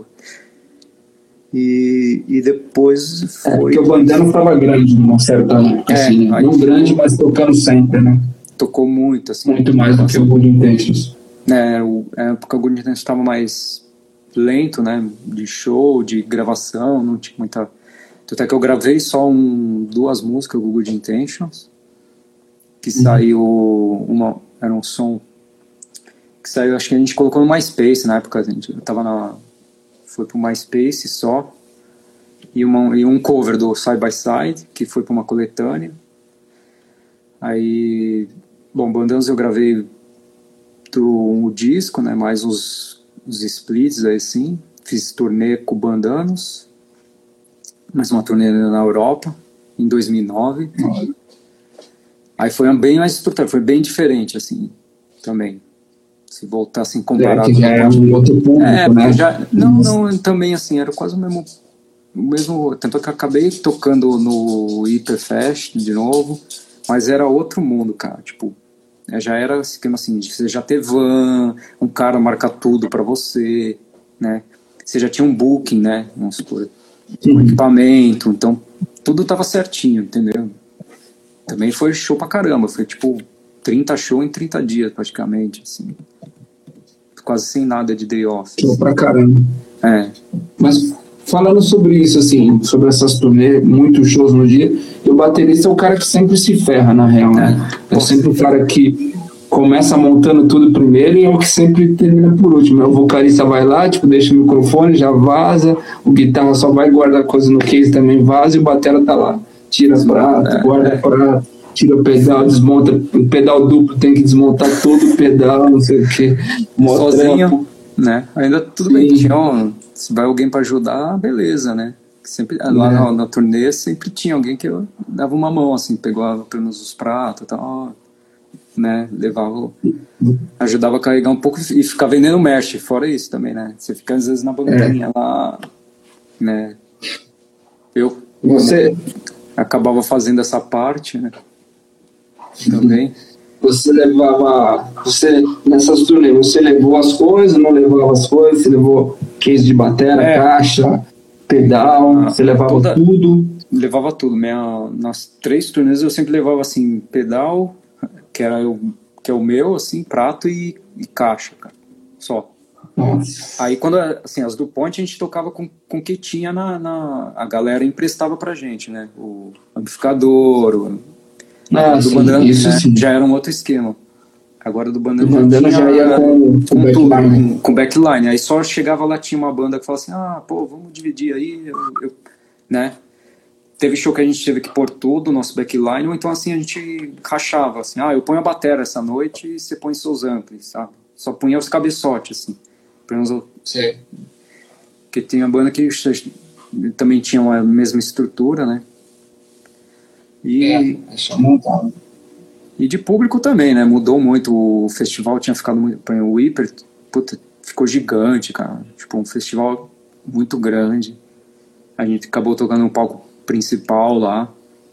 E, e depois foi... É, porque o Bandanos estava grande, numa certa... Assim, é, não grande, mas tocando sempre, né? Tocou muito, assim. Muito mais do que o Good Intentions. É, o, é, porque o Good Intentions estava mais lento, né? De show, de gravação, não tinha muita... Até que eu gravei só um, duas músicas do Good Intentions, que uhum. saiu uma... Era um som... que saiu, acho que a gente colocou no MySpace na época, a gente tava na, foi pro MySpace só, e, uma, e um cover do Side by Side, que foi pra uma coletânea. Aí, bom, Bandanos eu gravei do, um disco, né, mais os, os splits aí assim, fiz turnê com Bandanos, mais uma turnê na Europa, em dois mil e nove. Uhum. Aí foi bem mais estruturado, foi bem diferente, assim, também. Se voltasse em comparado... É, que já é um outro público, é, né? Já, não, não, também assim, era quase o mesmo... O mesmo tanto que eu acabei tocando no Hyperfest de novo, mas era outro mundo, cara. Tipo, já era esquema assim, de você já ter van, um cara marca tudo pra você, né? Você já tinha um booking, né? Vamos supor, um equipamento, então tudo tava certinho, entendeu? também foi show pra caramba, foi tipo trinta shows em trinta dias praticamente, assim, quase sem nada de day off. Show pra caramba. É. Mas falando sobre isso, assim, sobre essas turnês, muitos shows no dia, e o baterista é o cara que sempre se ferra, na real, né? É, é sempre o cara que começa montando tudo primeiro e é o que sempre termina por último. O vocalista vai lá, tipo, deixa o microfone, já vaza, o guitarra só vai guardar coisa no case, também vaza, e o batera tá lá. Tira prato, é, guarda é. prato, tira o pedal, desmonta, o pedal duplo tem que desmontar todo o pedal, não sei o que. Sozinho, né? Ainda tudo Sim. bem, tinha um, se vai alguém pra ajudar, beleza, né? Sempre, lá é. na, na turnê sempre tinha alguém que eu dava uma mão, assim, pegava pelo menos os pratos e tal, né, levava, ajudava a carregar um pouco e ficar vendendo merch, fora isso também, né, você fica às vezes na bandinha é. lá, né, eu você acabava fazendo essa parte, né, também. Você levava, você, nessas turnês, você levou as coisas, não levava as coisas, você levou case de bateria, é. caixa, pedal, ah, você levava toda, tudo? Levava tudo, minha, nas três turnês eu sempre levava, assim, pedal, que era o, que é o meu, assim, prato e, e caixa, cara, só. Nossa. Aí quando, assim, as do Point a gente tocava com o que tinha na, na... A galera emprestava pra gente, né? O amplificador, o, ah, do sim, bandana, isso né? sim. Já era um outro esquema. Agora do bandana, o bandana já ia com, com, com tudo, com, com backline. Aí só chegava lá, tinha uma banda que falava assim, ah, pô, vamos dividir aí, eu, eu, né? Teve show que a gente teve que pôr tudo, nosso backline, ou então assim a gente rachava, assim, ah, eu ponho a bateria essa noite e você põe seus amplis, sabe? Só punha os cabeçotes, assim. Sim. Porque tinha banda que também tinha a mesma estrutura, né? E, é, é só montar. E de público também, né? Mudou muito, o festival tinha ficado muito... O Hyper, puta, ficou gigante, cara. Tipo, um festival muito grande. A gente acabou tocando no palco principal lá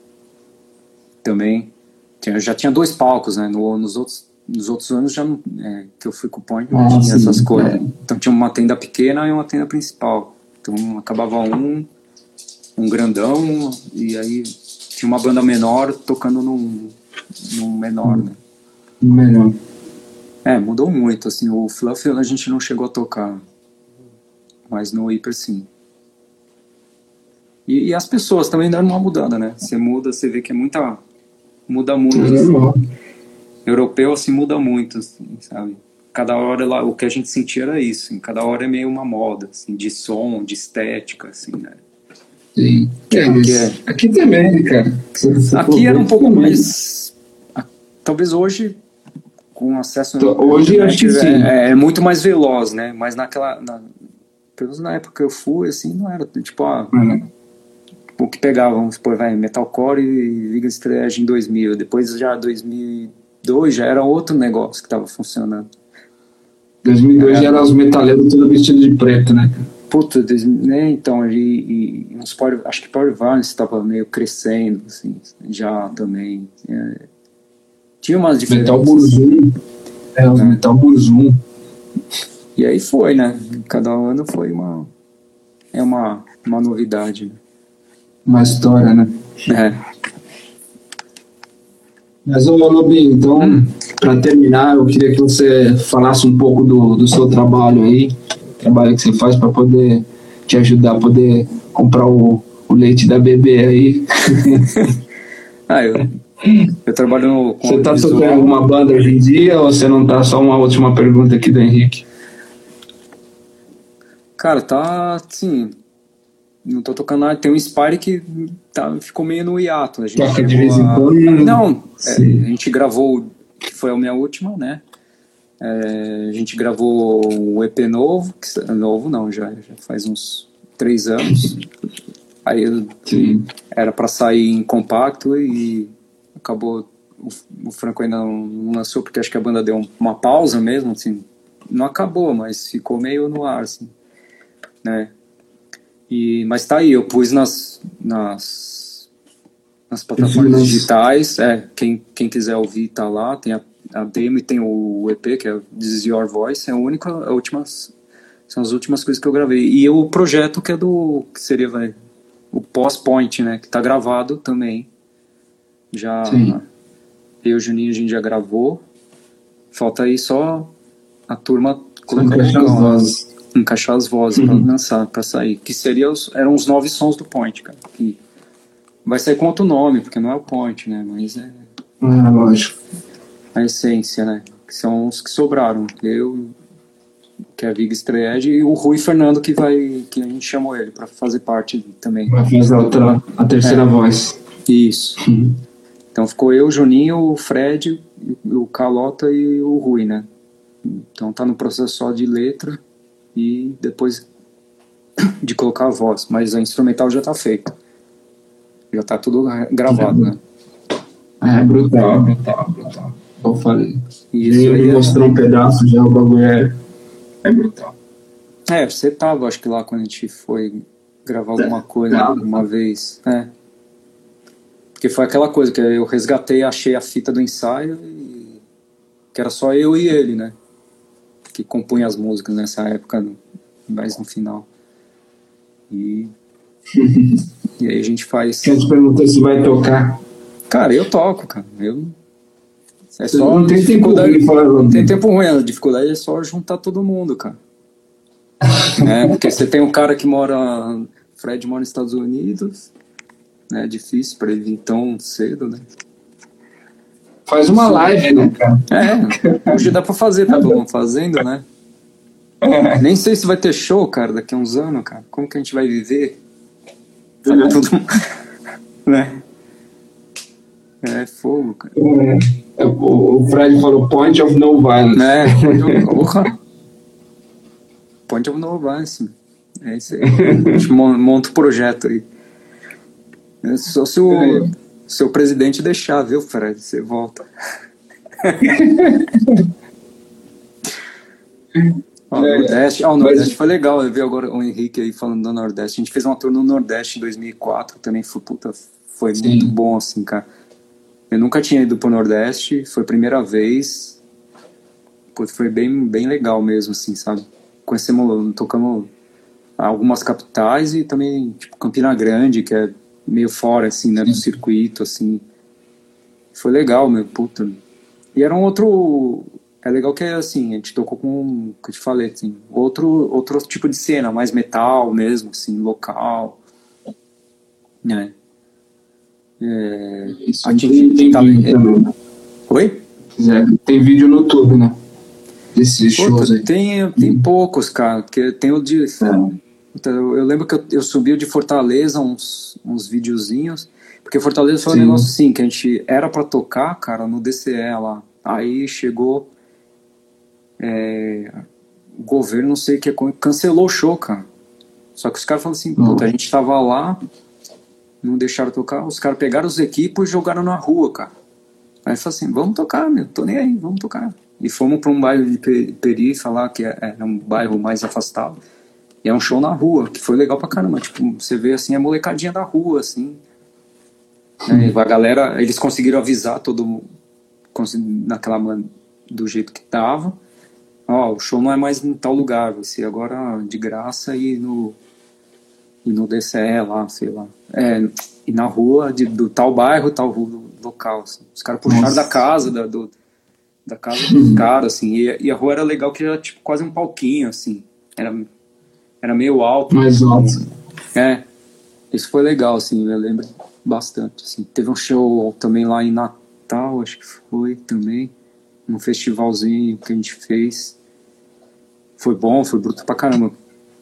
também. Tinha, já tinha dois palcos, né? No, nos, outros, nos outros anos já não, é, que eu fui com o Point não ah, tinha sim, essas coisas. É. Então tinha uma tenda pequena e uma tenda principal. Então acabava um, um grandão e aí tinha uma banda menor tocando num, num menor, né? Menor. É, mudou muito, assim, o Fluff a gente não chegou a tocar, mas no Hyper sim. E, e as pessoas também deram uma mudada, né? Você muda, você vê que é muita... Muda muito. Assim. Europeu, assim, muda muito, assim, sabe? Cada hora, lá, o que a gente sentia era isso. Assim, cada hora é meio uma moda, assim, de som, de estética, assim, né? Sim. Que, é, mas é... Aqui também, cara. Você, você aqui era um pouco também. mais... Talvez hoje, com acesso... Hoje acho que sim. É, é muito mais veloz, né? Mas naquela... Na, pelo menos na época que eu fui, assim, não era, tipo, ah... Uhum. O que pegava, vamos supor, vai, Metalcore e Liga Strange em dois mil, depois já dois mil e dois já era outro negócio que estava funcionando. dois mil e dois já era os metaleiros tudo vestido de preto, né? Puta, né, então, e, e uns power, acho que Power Violence estava meio crescendo, assim, já também. É, tinha umas diferenças. Metal Burzum. É, os é. Metal Burzum. E aí foi, né? Cada ano foi uma... É uma, uma novidade, né? Uma história, né? É. Mas, ô Lobinho, então, hum. para terminar, eu queria que você falasse um pouco do, do seu trabalho aí, trabalho que você faz para poder te ajudar a poder comprar o, o leite da bebê aí. ah, eu, eu trabalho com... Você tá tocando alguma banda hoje em dia ou você não tá? Só uma última pergunta aqui do Henrique. Cara, tá, sim... Não tô tocando nada. Tem um Spire que tá, ficou meio no hiato. A gente toca de vez em a... quando? Não, é, a gente gravou, que foi a minha última, né? É, a gente gravou o E P novo, que, novo não, já, já faz uns três anos. Aí Sim. era pra sair em compacto e acabou. O, o Franco ainda não, não lançou, porque acho que a banda deu uma pausa mesmo, assim. Não acabou, mas ficou meio no ar, assim, né? E, mas tá aí, eu pus nas, nas, nas plataformas Sim, digitais, é, quem, quem quiser ouvir tá lá, tem a, a demo e tem o E P, que é This Is Your Voice, é a única, a últimas, são as últimas coisas que eu gravei. E o projeto que é do, que seria, vai, o Pós-Point, né, que tá gravado também, Já Sim. eu e o Juninho a gente já gravou. Falta aí só a turma colocar encaixar as vozes. Encaixar as vozes uhum. pra lançar, pra sair. Que seria os, eram os nove sons do Point, cara. Que vai sair com outro nome, porque não é o Point, né? Mas é. Ah, lógico. A essência, né? Que são os que sobraram. Eu, que é a Vig Streed, e o Rui Fernando, que vai. Que a gente chamou ele pra fazer parte também. Vai fazer a, outra, a terceira é. voz. Isso. Uhum. Então ficou eu, o Juninho, o Fred, o Calota e o Rui, né? Então tá no processo só de letra e depois de colocar a voz, mas a instrumental já tá feita, já tá tudo gravado, né? É brutal, brutal, brutal. Eu falei. Isso, ele é... mostrou um pedaço, já o bagulho é, é brutal. É, você tava, acho que lá quando a gente foi gravar alguma coisa é, uma vez, é. Porque foi aquela coisa que eu resgatei, achei a fita do ensaio e que era só eu e ele, né? Que compunha as músicas nessa época, mais no final. E, e aí a gente faz... Quem te perguntou se vai tocar? Cara, eu toco, cara. Eu... É Você só não tem tempo ruim, não tem tempo ruim, a dificuldade é só juntar todo mundo, cara. É, porque você tem um cara que mora... Fred mora nos Estados Unidos, né? É difícil pra ele vir tão cedo, né? Faz uma live, né, cara? É, hoje dá pra fazer, tá todo mundo fazendo, né? É. Nem sei se vai ter show, cara, daqui a uns anos, cara. Como que a gente vai viver? Tá é. Tudo... né? É fogo, cara. É. O Fred falou Point of No Violence. É, Point of... Point of No Violence. É isso aí. A gente monta o projeto aí. É só se o... É. Seu presidente deixar, viu, Fred? Você volta. Ó, o Nordeste, ó, o Nordeste mas... foi legal. Eu vi agora o Henrique aí falando do Nordeste. A gente fez uma tour no Nordeste em dois mil e quatro. Também foi, puta, foi muito bom, assim, cara. Eu nunca tinha ido pro Nordeste. Foi a primeira vez. Puta, foi bem, bem legal mesmo, assim, sabe? Conhecemos, tocamos algumas capitais e também, tipo, Campina Grande, que é meio fora, assim, né, do circuito, assim. Foi legal, meu, puta. E era um outro... É legal que, assim, a gente tocou com, que eu te falei, assim, outro, outro tipo de cena, mais metal mesmo, assim, local. Né? É... Isso, a gente tem, tem tá... vídeo também. Oi? É, tem vídeo no YouTube, né? Desses shows aí. Tem, tem hum. poucos, cara, porque tem o de... É. Então, eu lembro que eu, eu subi de Fortaleza uns, uns videozinhos, porque Fortaleza foi Sim. um negócio assim, que a gente era pra tocar, cara, no D C E lá. Aí chegou é, o governo, não sei o que, cancelou o show, cara. Só que os caras falaram assim, puta, a gente tava lá, não deixaram tocar, os caras pegaram os equipos e jogaram na rua, cara. Aí falaram assim, vamos tocar, meu, tô nem aí, vamos tocar. E fomos pra um bairro de periferia lá, que é, é um bairro mais afastado. E é um show na rua, que foi legal pra caramba. Tipo, você vê assim, a molecadinha da rua, assim. Né? A galera, eles conseguiram avisar todo mundo, naquela man... do jeito que tava. Ó, oh, o show não é mais em tal lugar, vai ser agora de graça e no, e no D C E lá, sei lá. É, e na rua de, do tal bairro, tal rua, local. Assim. Os caras puxaram Nossa. da casa, da, do, da casa dos caras, assim. E, e a rua era legal, que era tipo quase um palquinho, assim. Era... Era meio alto. Mais alto. É. Isso foi legal, assim, eu lembro bastante. Assim. Teve um show também lá em Natal, acho que foi também. Um festivalzinho que a gente fez. Foi bom, foi bruto pra caramba.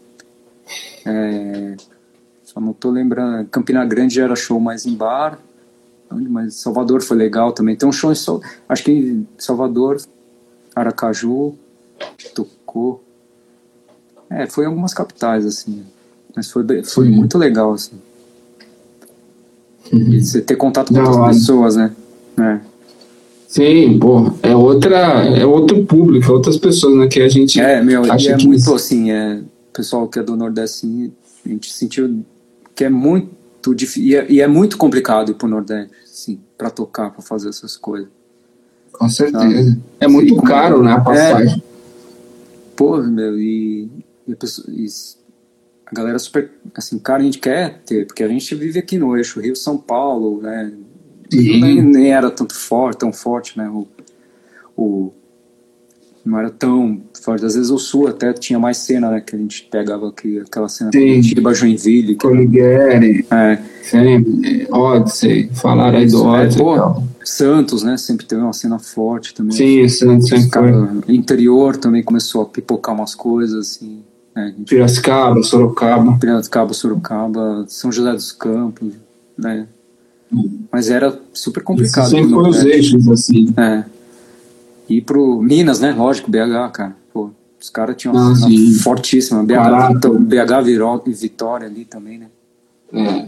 É, só não tô lembrando. Campina Grande já era show mais em bar. Mas Salvador foi legal também. Tem um show em Sol... Acho que em Salvador, Aracaju, tocou. É, foi em algumas capitais, assim. Mas foi, foi muito legal, assim. Uhum. E você ter contato com outras pessoas, né? É. Sim, pô. É outra... É outro público, outras pessoas, né? Que a gente É, meu, acha e é que muito, isso... assim, é... O pessoal que é do Nordeste, assim, a gente sentiu que é muito difícil... E é, e é muito complicado ir pro Nordeste, assim, pra tocar, pra fazer essas coisas. Com certeza. Tá? É muito Sim, caro, como... né, a passagem. É. Pô, meu, e... E a, pessoa, e a galera super, assim, cara, a gente quer ter, porque a gente vive aqui no eixo Rio-São Paulo, né, nem, nem era tanto forte, tão forte, né? O, o, não era tão forte. Às vezes o Sul até tinha mais cena, né? Que a gente pegava aqui, aquela cena Curitiba, Joinville. Coligueri, é. sempre, Odyssey, falaram aí do Odyssey. É, pô, Santos, né? Sempre teve uma cena forte também. Sim, Santos sempre foi. Interior também começou a pipocar umas coisas, assim. É, gente... Piracicaba, Sorocaba. Piracicaba, Sorocaba, São José dos Campos, né? Hum. Mas era super complicado. Isso sempre foi os eixos, assim. É. E pro Minas, né? Lógico, B H, cara. Pô, os caras tinham uma ah, cena sim. fortíssima. B H, B H virou e Vitória ali também, né? É.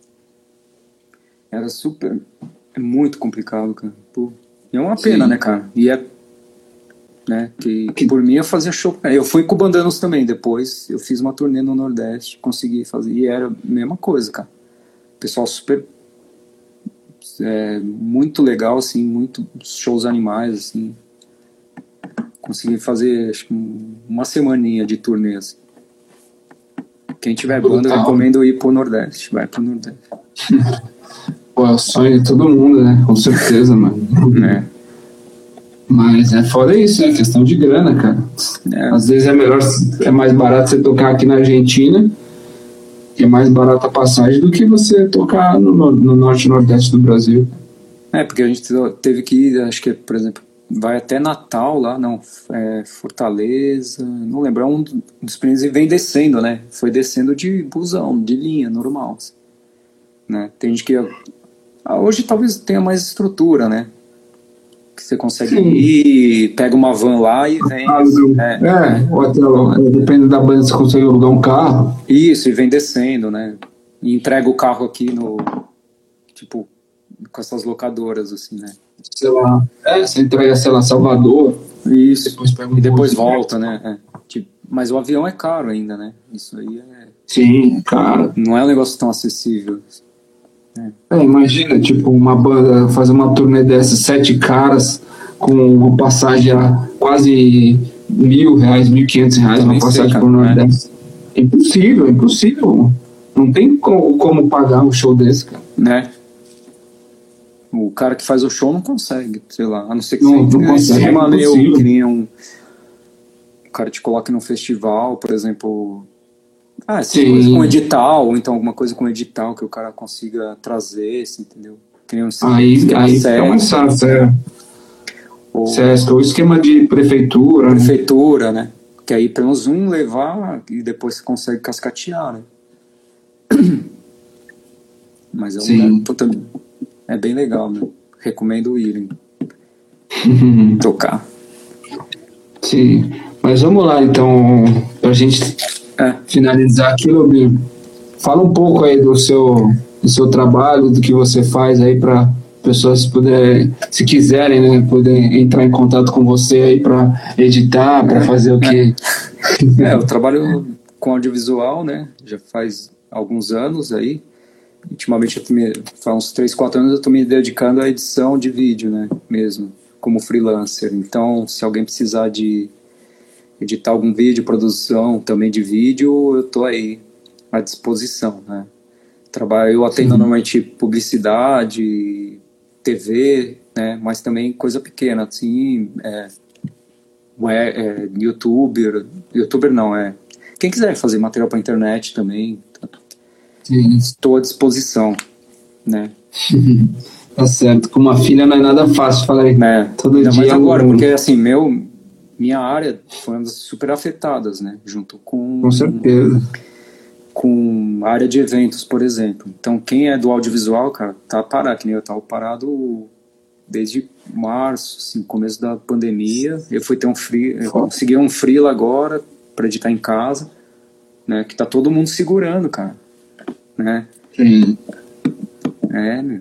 Era super... É muito complicado, cara. Pô. E é uma pena, sim. né, cara? E é... Né, que, que por mim eu fazia show. Eu fui com o Bandanos também. Depois eu fiz uma turnê no Nordeste. Consegui fazer. E era a mesma coisa, cara. Pessoal super... É, muito legal, assim. Muito shows animais, assim. Consegui fazer, acho que uma semaninha de turnê, assim. Quem tiver banda, eu recomendo ir pro Nordeste. Vai pro Nordeste. Pô, é o sonho de todo mundo, né? Com certeza, mano. É. Mas é foda isso, é questão de grana, cara. É. Às vezes é melhor, é mais barato você tocar aqui na Argentina, que é mais barata a passagem do que você tocar no, no norte e nordeste do Brasil. É, porque a gente teve que ir, acho que, por exemplo, vai até Natal lá, não, é, Fortaleza, não lembro, é um dos primeiros e vem descendo, né? Foi descendo de busão, de linha, normal. Assim, né? Tem gente que... Ah, hoje talvez tenha mais estrutura, né? Que você consegue Sim. ir, pega uma van lá e vem. Ah, é, é, ou até, depende da banda, você consegue alugar um carro. Isso, e vem descendo, né? E entrega o carro aqui no. Tipo, com essas locadoras, assim, né? Sei lá. É, você entrega, sei lá, Salvador. Isso. Depois pega um e depois volta, né? É. Tipo, mas o avião é caro ainda, né? Isso aí é. Sim, caro. Não é um negócio tão acessível. É. É, imagina, tipo, uma banda fazer uma turnê dessas, sete caras, com uma passagem a quase mil reais, mil e quinhentos reais, uma passagem sei, por Nordeste. É. Impossível, impossível. Não tem como, como pagar um show desse, cara. Né? O cara que faz o show não consegue, sei lá, a não ser que não, você não consegue, é meu, que nem um o cara te coloque num festival, por exemplo. Ah, sim, com edital, ou então alguma coisa com edital que o cara consiga trazer, assim, entendeu? Que nem um aí aí é um certo, é. Ou, certo, ou esquema de prefeitura. Prefeitura, né? né? Que aí pelo menos um levar e depois você consegue cascatear, né? Mas é, um, puta, é bem legal, né? Recomendo irem tocar. Sim, mas vamos lá então, pra gente é. finalizar aqui, Lobinho. Fala um pouco aí do seu, do seu trabalho, do que você faz aí para pessoas puderem, se quiserem, né, poder entrar em contato com você aí para editar, para fazer o que. É, eu trabalho com audiovisual, né? Já faz alguns anos aí. Ultimamente, eu tô me, faz uns três, quatro anos eu estou me dedicando à edição de vídeo, né? Mesmo, como freelancer. Então, se alguém precisar de editar algum vídeo, produção também de vídeo, eu estou aí à disposição, né? Trabalho, eu atendo Sim. normalmente publicidade, T V, né? Mas também coisa pequena, assim, é, é, é, youtuber, youtuber não, é quem quiser fazer material para internet também, Sim. estou à disposição, né? Tá certo, com uma filha não é nada fácil, falei, né? Todo Ainda dia mais agora, porque assim, meu, minha área foi uma das super afetadas, né? Junto com... Com certeza. Com a área de eventos, por exemplo. Então, quem é do audiovisual, cara, tá parado, que nem eu tava parado desde março, assim, começo da pandemia. Eu fui ter um free, eu consegui um freela agora para editar em casa, né? Que tá todo mundo segurando, cara, né? Sim. É, meu.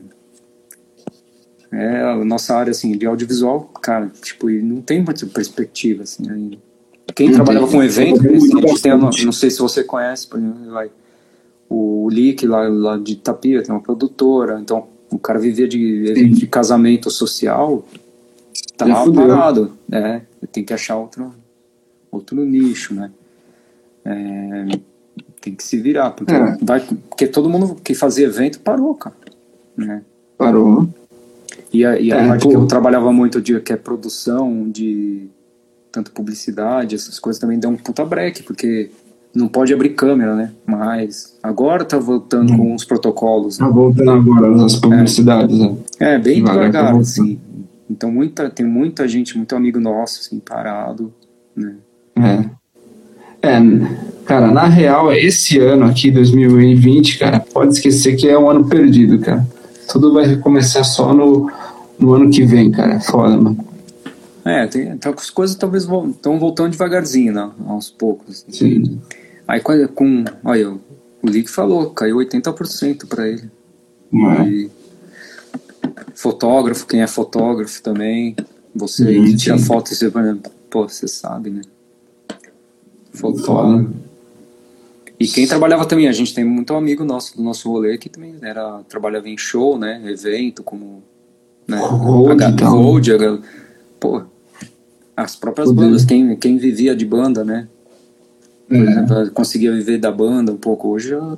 É, a nossa área, assim, de audiovisual, cara, tipo, não tem muita perspectiva, assim, ainda. Quem trabalhava com evento, a gente tem, não, não sei se você conhece, por exemplo, vai, o Lick lá, lá de Itapira tem uma produtora, então o cara vivia de evento de casamento social, tava parado, né? Tem que achar outro, outro nicho, né? É, tem que se virar, porque, é. vai, porque todo mundo que fazia evento parou, cara, né? Parou. E a, e a É, parte pô. que eu trabalhava muito, de, que é produção, de tanto publicidade, essas coisas também deu um puta break, porque não pode abrir câmera, né? Mas agora tá voltando Hum. com uns protocolos. Tá voltando agora as publicidades, né? É, bem Devagar tá devagar, voltando. assim. Então muita, tem muita gente, muito amigo nosso, assim, parado, né? É. É, cara, na real, esse ano aqui, dois mil e vinte, cara, pode esquecer que é um ano perdido, cara. Tudo vai recomeçar só no, no ano que vem, cara. É foda, mano. É, tem, então as coisas talvez estão voltando devagarzinho, né? Aos poucos. Sim. Aí com, com olha, o Lick falou, caiu oitenta por cento pra ele. É. E fotógrafo, quem é fotógrafo também, você Sim, que tira sim. foto, você, pô, você sabe, né? Foda. Fotógrafo. E quem trabalhava também, a gente tem muito amigo nosso do nosso rolê que também era, trabalhava em show, né? Evento, como né? Road, H- então. Road, H- pô, as próprias Poder. bandas, quem, quem vivia de banda, né? Por É. exemplo, conseguia viver da banda um pouco. Hoje já...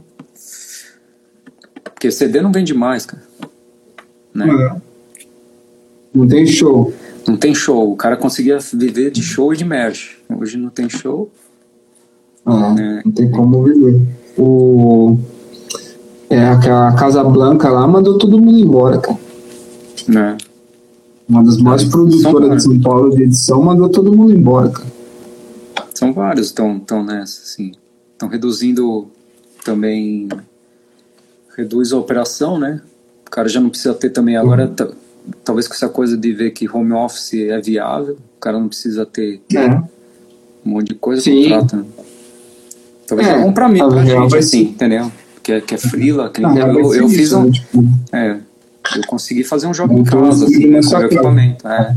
Porque C D não vende mais, cara. Né? É. Não tem show. Não tem show. O cara conseguia viver de show e de merch. Hoje não tem show. É, É. não tem como viver. O... É, a Casa Blanca lá mandou todo mundo embora, cara. Né? Uma das maiores São produtoras vários. de São Paulo de edição mandou todo mundo embora, cara. São vários estão tão nessa, assim. Estão reduzindo também. Reduz a operação, né? O cara já não precisa ter também. Agora, Uhum. ta- talvez com essa coisa de ver que home office é viável, o cara não precisa ter É. um monte de coisa, Sim. contrata. Né? Talvez É, é bom pra mim, a pra real gente, vai assim, ser- entendeu? Que é, que é freela, que Na real, vai eu, ser eu isso, fiz um. né? Tipo, É, eu consegui fazer um jogo Não em tô casa, assim, conseguindo né, na com sua meu casa. equipamento. É.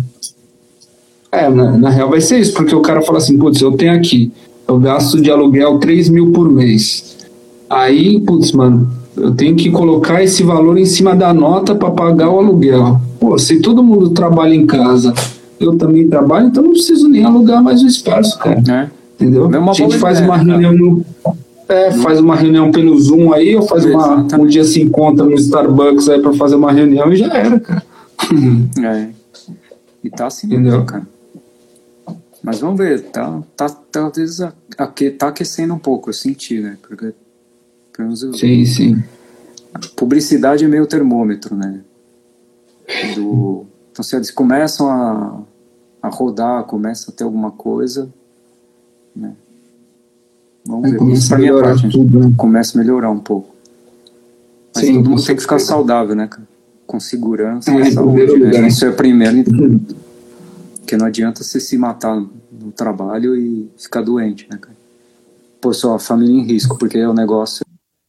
É, na, na real vai ser isso, porque o cara fala assim, putz, eu tenho aqui, eu gasto de aluguel três mil por mês. Aí, putz, mano, eu tenho que colocar esse valor em cima da nota para pagar o aluguel. Pô, se todo mundo trabalha em casa, eu também trabalho, então não preciso nem alugar mais o espaço, cara. Né? Entendeu? É uma A gente boa faz ideia, uma cara. reunião no, é, faz uma reunião pelo Zoom aí, ou faz uma, Exatamente. um dia se encontra no Starbucks aí para fazer uma reunião e já era, cara. É. E tá assim Entendeu? mesmo, cara. Mas vamos ver, tá, tá, talvez a, a, tá aquecendo um pouco, eu senti, né? Porque pelo menos eu- Sim, sim. publicidade é meio termômetro, né? Do, então se eles começam a, a rodar, começa a ter alguma coisa, né? Vamos É, ver. começa Isso a pra minha melhorar parte, tudo, né? começa a melhorar um pouco. Mas Sim, todo com mundo tem que ficar certeza. saudável, né, cara? Com segurança É, e em saúde, primeiro né? lugar. Isso é primeiro em tudo. Porque não adianta você se matar no trabalho e ficar doente, né, cara? Pô, sua família em risco, porque o negócio...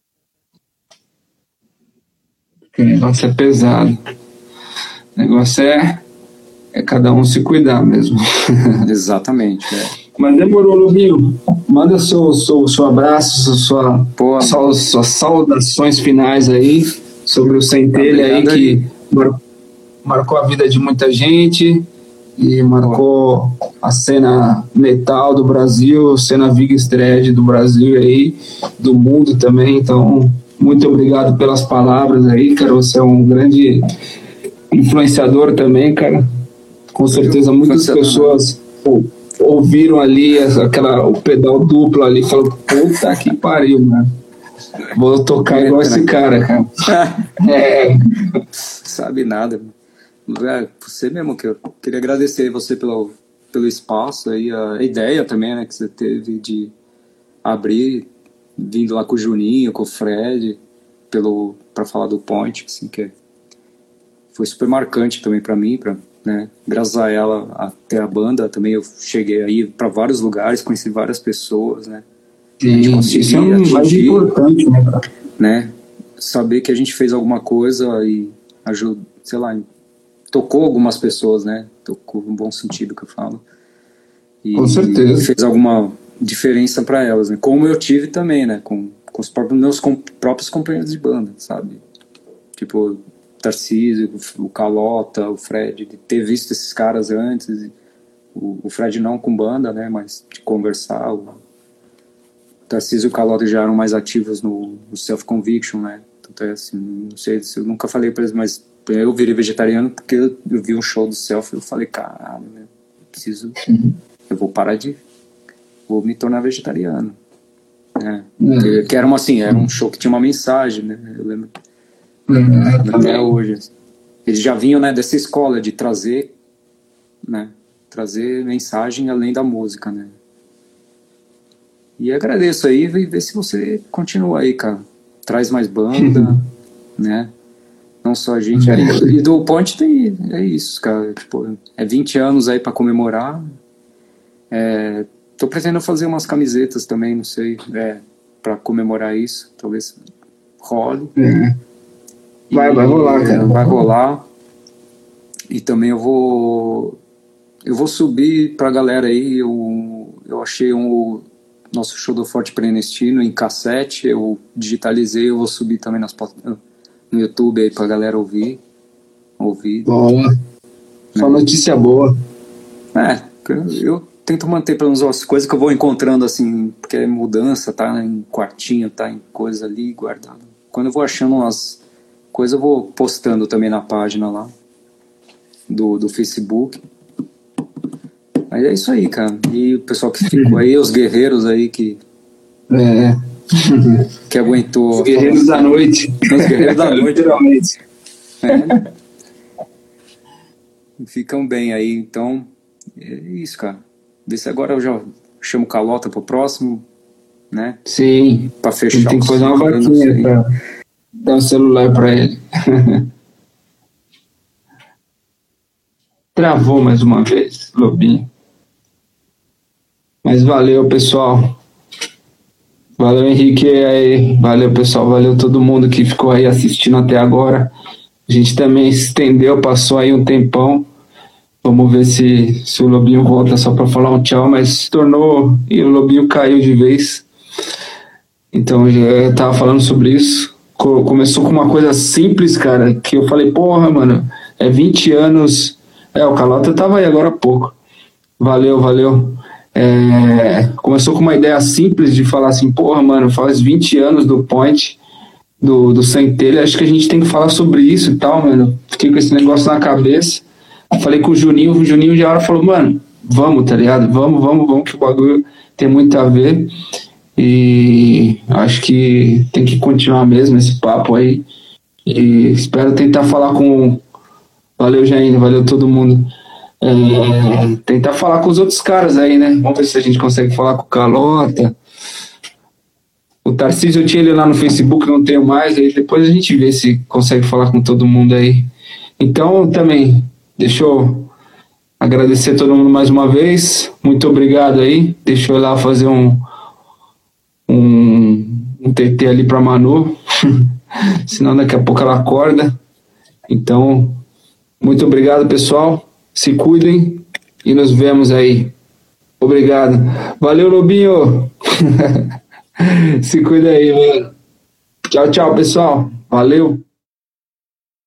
O negócio é pesado. O negócio é, é cada um se cuidar mesmo. Exatamente, é. Mas demorou, Lubinho. Manda seu, seu, seu abraço, sua, Pô, sua, suas saudações finais aí sobre o Centelha aí, Obrigado que mar- marcou a vida de muita gente e marcou a cena metal do Brasil, cena Vigstred do Brasil aí, do mundo também. Então, muito obrigado pelas palavras aí, cara. Você é um grande influenciador também, cara. Com certeza muitas Influenciador, pessoas pô, ouviram ali essa- aquela, o pedal duplo ali e falaram, puta que pariu, mano. Vou tocar igual esse cara, cara. É, Sabe nada. É, você mesmo, que eu queria agradecer você pelo, pelo espaço aí, a ideia também, né, que você teve de abrir, vindo lá com o Juninho, com o Fred, pelo, pra falar do Point, assim, que foi super marcante também pra mim, pra, né, graças a ela, até a banda, também eu cheguei aí pra vários lugares, conheci várias pessoas, né, sim, isso é o mais atingir. importante, né, cara? né, saber que a gente fez alguma coisa e ajudou, sei lá, tocou algumas pessoas, né, tocou no bom sentido que eu falo, e Com certeza. fez alguma diferença para elas, né, como eu tive também, né, com, com os próprios meus com, próprios companheiros de banda, sabe, tipo o Tarcísio, o Calota, o Fred, de ter visto esses caras antes, o, o Fred não com banda, né, mas de conversar, o Tarcísio e o Calota já eram mais ativos no, no Self Conviction, né, Tanto é assim, não sei se eu nunca falei pra eles, mas eu virei vegetariano porque eu, eu vi um show do Self e eu falei, caralho, né, eu preciso, uhum. eu vou parar de, vou me tornar vegetariano. Né? Uhum. Que, que era uma, assim, era um show que tinha uma mensagem, né, eu lembro, uhum. até também. Hoje. Eles já vinham, né, dessa escola de trazer, né, trazer mensagem além da música, né. E agradeço aí e ver se você continua aí, cara. Traz mais banda, né? Não só a gente. É. E do Point tem, é isso, cara. Tipo, é vinte anos aí pra comemorar. É, tô pretendendo fazer umas camisetas também, não sei, é, pra comemorar isso. Talvez role. É. Vai, e, vai rolar, cara. Vai rolar. E também eu vou... Eu vou subir pra galera aí. Eu, eu achei um... nosso show do Forte Prenestino em cassete, eu digitalizei, eu vou subir também nas, no YouTube aí pra galera ouvir. ouvir. Boa. Né? Só notícia boa. É, eu tento manter pelo menos as coisas que eu vou encontrando assim, porque é mudança, tá em quartinho, tá em coisa ali guardada. Quando eu vou achando umas coisas, eu vou postando também na página lá do, do Facebook. Mas é isso aí, cara. E o pessoal que ficou aí, os guerreiros aí que... É. Que aguentou... Os guerreiros da noite. Os guerreiros da noite. Literalmente. É. Ficam bem aí, então... É isso, cara. Vê se agora eu já chamo o Calota pro próximo, né? Sim. Pra fechar. Tem que fazer uma vaquinha pra dar um celular pra ele. Travou mais uma vez, Lobinho. Mas valeu, pessoal. Valeu, Henrique. Aí. Valeu, pessoal. Valeu todo mundo que ficou aí assistindo até agora. A gente também se estendeu, passou aí um tempão. Vamos ver se, se o Lobinho volta só para falar um tchau, mas se tornou... E o Lobinho caiu de vez. Então, eu tava falando sobre isso. Começou com uma coisa simples, cara, que eu falei, porra, mano, é vinte anos... É, o Calota tava aí agora há pouco. Valeu, valeu. É, começou com uma ideia simples de falar assim, porra, mano, faz vinte anos do Point, do, do Centelha, acho que a gente tem que falar sobre isso e tal, mano. Fiquei com esse negócio na cabeça. Falei com o Juninho, o Juninho já falou, mano, vamos, tá ligado? Vamos, vamos, vamos, que o bagulho tem muito a ver. E acho que tem que continuar mesmo esse papo aí. E espero tentar falar com... Valeu, Jaine, valeu todo mundo. É, tentar falar com os outros caras aí, né? Vamos ver se a gente consegue falar com o Calota. O Tarcísio, eu tinha ele lá no Facebook, não tenho mais. Aí depois a gente vê se consegue falar com todo mundo aí. Então, também, deixa eu agradecer a todo mundo mais uma vez. Muito obrigado aí. Deixa eu ir lá fazer um um, um T T ali pra Manu. Senão daqui a pouco ela acorda. Então, muito obrigado, pessoal. Se cuidem e nos vemos aí. Obrigado. Valeu, Lobinho. Se cuida aí, mano. Tchau, tchau, pessoal. Valeu.